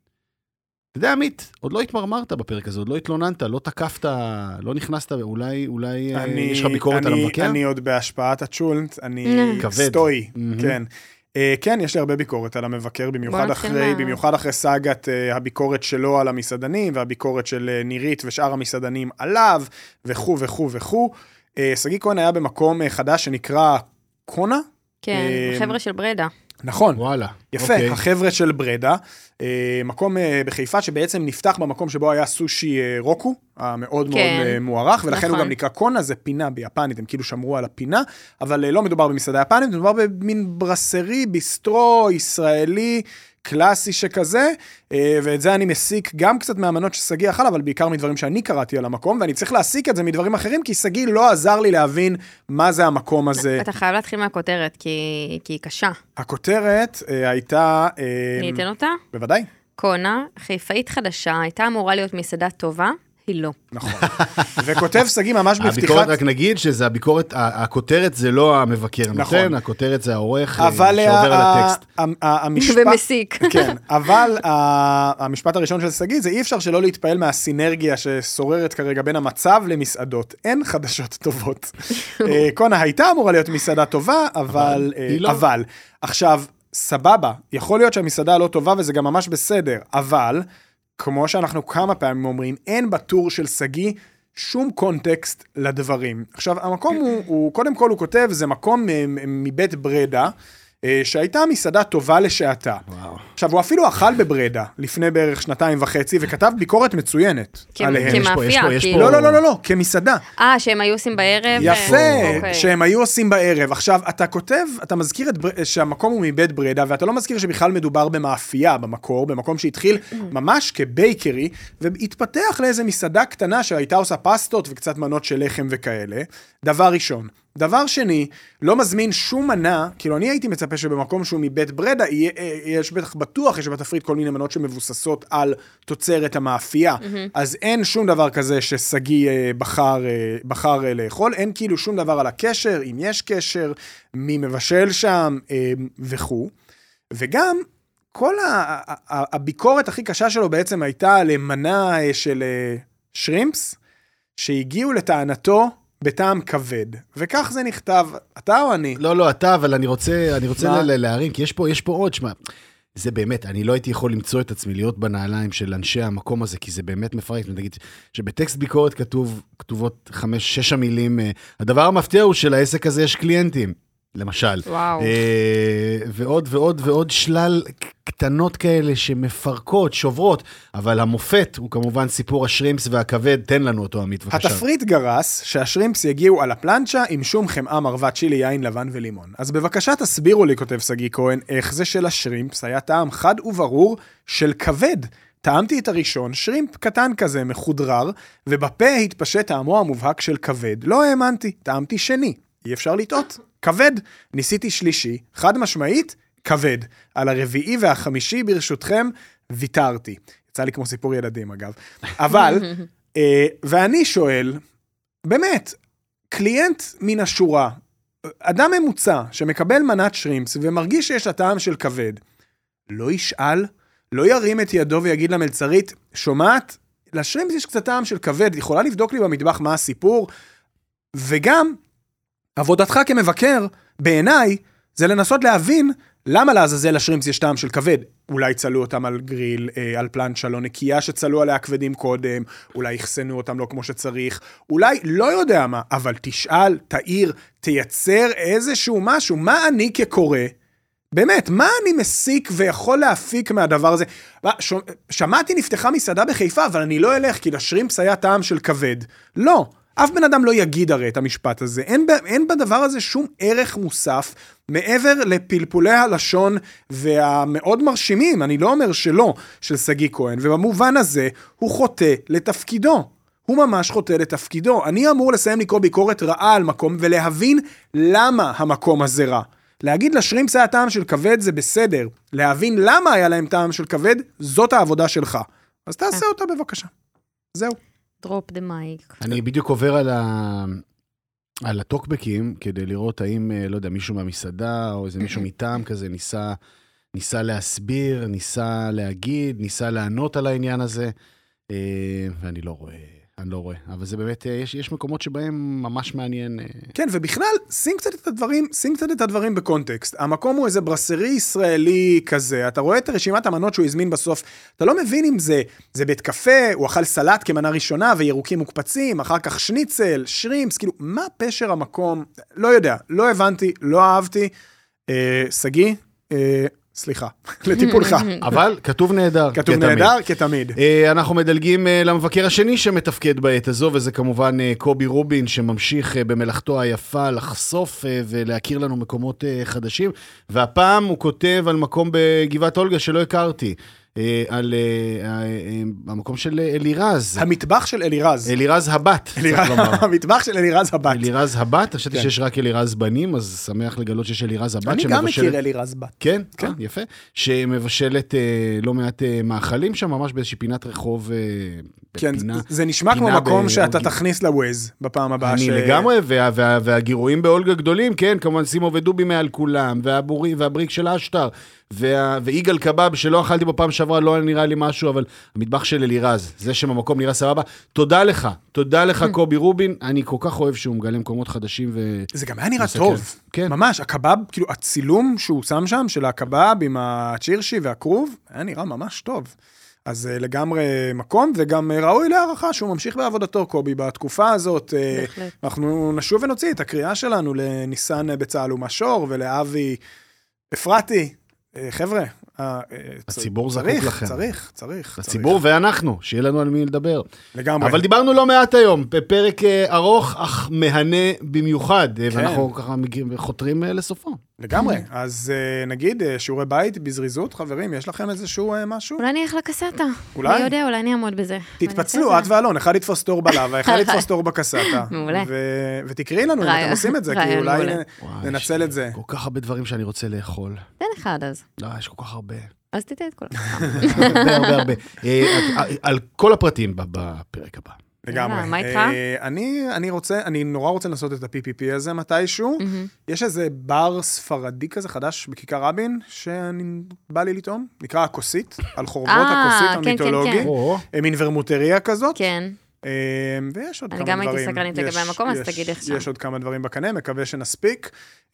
אתה יודע, עמית, עוד לא התמרמרת בפרק הזה, עוד לא התלוננת, לא תקפת, לא נכנסת, אולי, אולי אני, יש לך ביקורת אני, על המבקר? אני עוד בהשפעת הצ'ולנט, אני סטוי, mm-hmm. כן. Uh, כן, יש לי הרבה ביקורת על המבקר, במיוחד אחרי, במיוחד אחרי סאגת uh, הביקורת שלו על המסעדנים, והביקורת של uh, נירית ושאר המסעדנים עליו, וכו וכו וכו. Uh, סגי כהן היה במקום uh, חדש שנקרא קונה. כן, uh, חבר'ה של ברדה. נכון. וואלה. יפה, okay. החבר'ה של ברדה, uh, מקום uh, בחיפה שבעצם נפתח במקום שבו היה סושי uh, רוקו, המאוד כן. מאוד uh, מוערך, ולכן נכון. הוא גם נקרא קונה, זה פינה ביפנית, הם כאילו שמרו על הפינה, אבל uh, לא מדובר במסעדה יפנית, מדובר במין ברסרי, ביסטרו, ישראלי, קלאסי שכזה, uh, ואת זה אני מסיק גם קצת מהמנות שסגי אכל, אבל בעיקר מדברים שאני קראתי על המקום, ואני צריך להסיק את זה מדברים אחרים, כי סגי לא עזר לי להבין מה זה המקום הזה. אתה חייב להתחיל מהכותרת, כי, כי היא קשה. הכותרת uh, הייתה... Uh, אני אתן אותה? בוודאי. קונה, חיפאית חדשה, הייתה אמורה להיות מסעדה טובה, היא לא. נכון. וכותב סגי ממש בפתיחת... הביקורת, רק נגיד שזה הביקורת, הכותרת זה לא המבקר נותן, הכותרת זה העורך שעובר על הטקסט. ומסיק. כן, אבל המשפט הראשון של סגי זה אי אפשר שלא להתפעל מהסינרגיה ששוררת כרגע בין המצב למסעדות. אין חדשות טובות. קונה הייתה אמורה להיות מסעדה טובה, אבל... אבל. עכשיו, סבבה, יכול להיות שהמסעדה לא טובה וזה גם ממש בסדר, אבל... כמו שאנחנו כמה פעמים אומרים, אין בטור של סגי שום קונטקסט לדברים. עכשיו, המקום הוא, הוא קודם כל הוא כותב, זה מקום מבית ברדה, שהייתה מסעדה טובה לשעתה. וואו. עכשיו, הוא אפילו אכל בברדה, לפני בערך שנתיים וחצי, וכתב ביקורת מצוינת עליהם. כמאפייה, כאילו. לא, לא, לא, לא, לא, כמסעדה. אה, שהם היו עושים בערב. יפה, שהם היו עושים בערב. עכשיו, אתה כותב, אתה מזכיר שהמקום הוא מבית ברדה, ואתה לא מזכיר שבכלל מדובר במאפייה במקור, במקום שהתחיל ממש כבייקרי, והתפתח לאיזה מסעדה קטנה שהייתה עושה פסטות ותקצת מנות של לחם וכאלה. דבר ראשון. דבר שני, לא מזמין שום מנה, כאילו אני הייתי מצפה שבמקום שהוא מבית ברדה, יש בטח בטוח, יש בתפריט כל מיני מנות שמבוססות על תוצרת המאפייה, mm-hmm. אז אין שום דבר כזה שסגי בחר, בחר לאכול, אין כאילו שום דבר על הקשר, אם יש קשר, מי מבשל שם וכו'. וגם כל הביקורת הכי קשה שלו בעצם הייתה למנה של שרימפס, שהגיעו לטענתו, בטעם כבד, וכך זה נכתב, אתה או אני? לא, לא, אתה, אבל אני רוצה, אני רוצה להרים, כי יש פה, יש פה עוד, שמה, זה באמת, אני לא הייתי יכול למצוא את עצמי, להיות בנעליים של אנשי המקום הזה, כי זה באמת מפרק, נגיד, שבטקסט ביקורת כתוב, כתובות חמש, שש המילים, הדבר המפתיע הוא שלעסק הזה יש קליינטים, למשל. וואו. ועוד ועוד ועוד שלל קטנות כאלה שמפרקות, שוברות, אבל המופת הוא כמובן סיפור השרימפס והכבד, תן לנו אותו עמית בבקשה. התפריט גרס שהשרימפס יגיעו על הפלנצ'ה עם שום חמאה, מרוות צ'ילי, יין לבן ולימון. אז בבקשה תסבירו לי, כותב סגי כהן, איך זה של השרימפס היה טעם חד וברור של כבד. טעמתי את הראשון, שרימפ קטן כזה מחודרר, ובפה התפשט טעמו המובהק של כבד. לא האמנתי, טעמתי שני. אי אפשר לטעות. כבד. ניסיתי שלישי, חד משמעית, כבד. על הרביעי והחמישי, ברשותכם, ויתרתי. יצא לי כמו סיפור ילדים, אגב. אבל, אה, ואני שואל, באמת, קליינט מן השורה, אדם ממוצע שמקבל מנת שרימפס ומרגיש שיש הטעם של כבד, לא ישאל, לא ירים את ידו ויגיד למלצרית, שומעת, לשרימפס יש קצת טעם של כבד, יכולה לבדוק לי במטבח מה הסיפור, וגם, עבודתך כמבקר, בעיניי, זה לנסות להבין למה לעזאזל השרימפס יש טעם של כבד? אולי צלו אותם על גריל, אה, על פלנצ'ה לא נקייה שצלו עליה כבדים קודם, אולי יחסנו אותם לא כמו שצריך, אולי לא יודע מה, אבל תשאל, תעיר, תייצר איזשהו משהו, מה אני כקורא, באמת, מה אני מסיק ויכול להפיק מהדבר הזה? ש... שמעתי נפתחה מסעדה בחיפה, אבל אני לא אלך, כי לשרימפס היה טעם של כבד. לא. אף בן אדם לא יגיד הרי את המשפט הזה. אין, אין בדבר הזה שום ערך מוסף, מעבר לפלפולי הלשון והמאוד מרשימים, אני לא אומר שלא, של סגי כהן, ובמובן הזה הוא חוטא לתפקידו. הוא ממש חוטא לתפקידו. אני אמור לסיים לקרוא ביקורת רעה על מקום, ולהבין למה המקום הזה רע. להגיד לשרימפס היה טעם של כבד זה בסדר. להבין למה היה להם טעם של כבד, זאת העבודה שלך. אז תעשה אותה בבקשה. זהו. דרופ דה מייק. אני בדיוק עובר על ה... על הטוקבקים, כדי לראות האם, לא יודע, מישהו מהמסעדה, או איזה מישהו מטעם כזה, ניסה, ניסה להסביר, ניסה להגיד, ניסה לענות על העניין הזה, ואני לא רואה, אני לא רואה. אבל זה באמת, יש, יש מקומות שבהם ממש מעניין. כן, ובכלל, שים קצת את הדברים, שים קצת את הדברים בקונטקסט. המקום הוא איזה ברסרי ישראלי כזה, אתה רואה את רשימת המנות שהוא הזמין בסוף, אתה לא מבין אם זה, זה בית קפה, הוא אכל סלט כמנה ראשונה, וירוקים מוקפצים, אחר כך שניצל, שרימפס, כאילו, מה פשר המקום? לא יודע, לא הבנתי, לא אהבתי. אה, סגי, אה, סליחה, לטיפולך. אבל כתוב נהדר. כתוב נהדר, כתמיד. אנחנו מדלגים למבקר השני שמתפקד בעת הזו, וזה כמובן קובי רובין, שממשיך במלאכתו היפה לחשוף ולהכיר לנו מקומות חדשים, והפעם הוא כותב על מקום בגבעת אולגה שלא הכרתי. על המקום של אלירז. המטבח של אלירז. אלירז הבת. המטבח של אלירז הבת. אלירז הבת, חשבתי שיש רק אלירז בנים, אז שמח לגלות שיש אלירז הבת. אני גם מכיר אלירז בת. כן, יפה. שמבשלת לא מעט מאכלים שם, ממש באיזושהי פינת רחוב. כן, זה נשמע כמו מקום שאתה תכניס לוויז בפעם הבאה. אני לגמרי, והגירויים באולגה גדולים, כן, כמובן סימו ודובי מעל כולם, והבריק של אשטר. ואיגל קבב שלא אכלתי בפעם שעברה, לא נראה לי משהו, אבל המטבח של אלירז, זה שם המקום נראה סבבה. תודה לך, תודה לך קובי רובין, אני כל כך אוהב שהוא מגלה מקומות חדשים ו... זה גם היה נראה טוב, ממש, הקבב, כאילו הצילום שהוא שם שם, של הקבב עם הצ'ירשי והקרוב, היה נראה ממש טוב. אז לגמרי מקום, וגם ראוי להערכה שהוא ממשיך בעבודתו, קובי, בתקופה הזאת. בהחלט. אנחנו נשוב ונוציא את הקריאה שלנו לניסן בצהל ומשור, ולאבי אפרתי, חבר'ה, הציבור זקוק לכם. צריך, צריך. הציבור ואנחנו, שיהיה לנו על מי לדבר. לגמרי. אבל דיברנו לא מעט היום, בפרק ארוך, אך מהנה במיוחד, ואנחנו ככה חותרים לסופו. לגמרי. אז נגיד, שיעורי בית, בזריזות, חברים, יש לכם איזשהו משהו? אולי אני איך לקסטה. אולי? אני יודע, אולי אני אעמוד בזה. תתפצלו, את ואלון, אחד יתפוס תור בלבה, אחד יתפוס תור בקסטה. מעולה. ותקראי לנו אם אתם עושים את זה, כי אולי ננצל את זה. כל כך הרבה דברים שאני רוצה לאכול. תן אחד אז. לא, יש כל כך הרבה. אז תתן את כל הרבה, הרבה, הרבה. על כל הפרטים בפרק הבא. לגמרי. מה איתך? אני, אני רוצה, אני נורא רוצה לנסות את ה-פי פי פי הזה מתישהו. יש איזה בר ספרדי כזה חדש בכיכר רבין, שאני בא לי לטעום, נקרא הכוסית, על חורבות הכוסית המיתולוגי. מין ורמוטריה כזאת. כן. ויש עוד כמה אני דברים. גם הייתי סקרנית לגבי המקום, אז תגיד איך שם. יש עוד כמה דברים בקנה, מקווה שנספיק.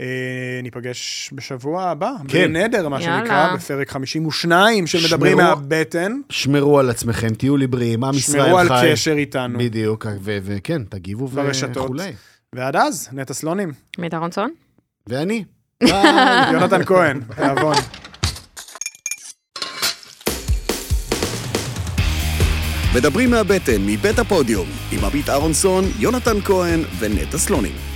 ניפגש בשבוע הבא, בלי נדר, מה שנקרא, בפרק חמישים ושתיים של מדברים מהבטן. שמרו על עצמכם, תהיו לי בריאים, עם ישראל חי. שמרו על קשר איתנו. בדיוק, וכן, תגיבו וכולי. ועד אז, נטע סלונים. מית אהרונסון. ואני. יונתן כהן, תיאבון. מדברים מהבטן, מבית הפודיום, עם עמית אהרונסון, יונתן כהן ונטע סלונים.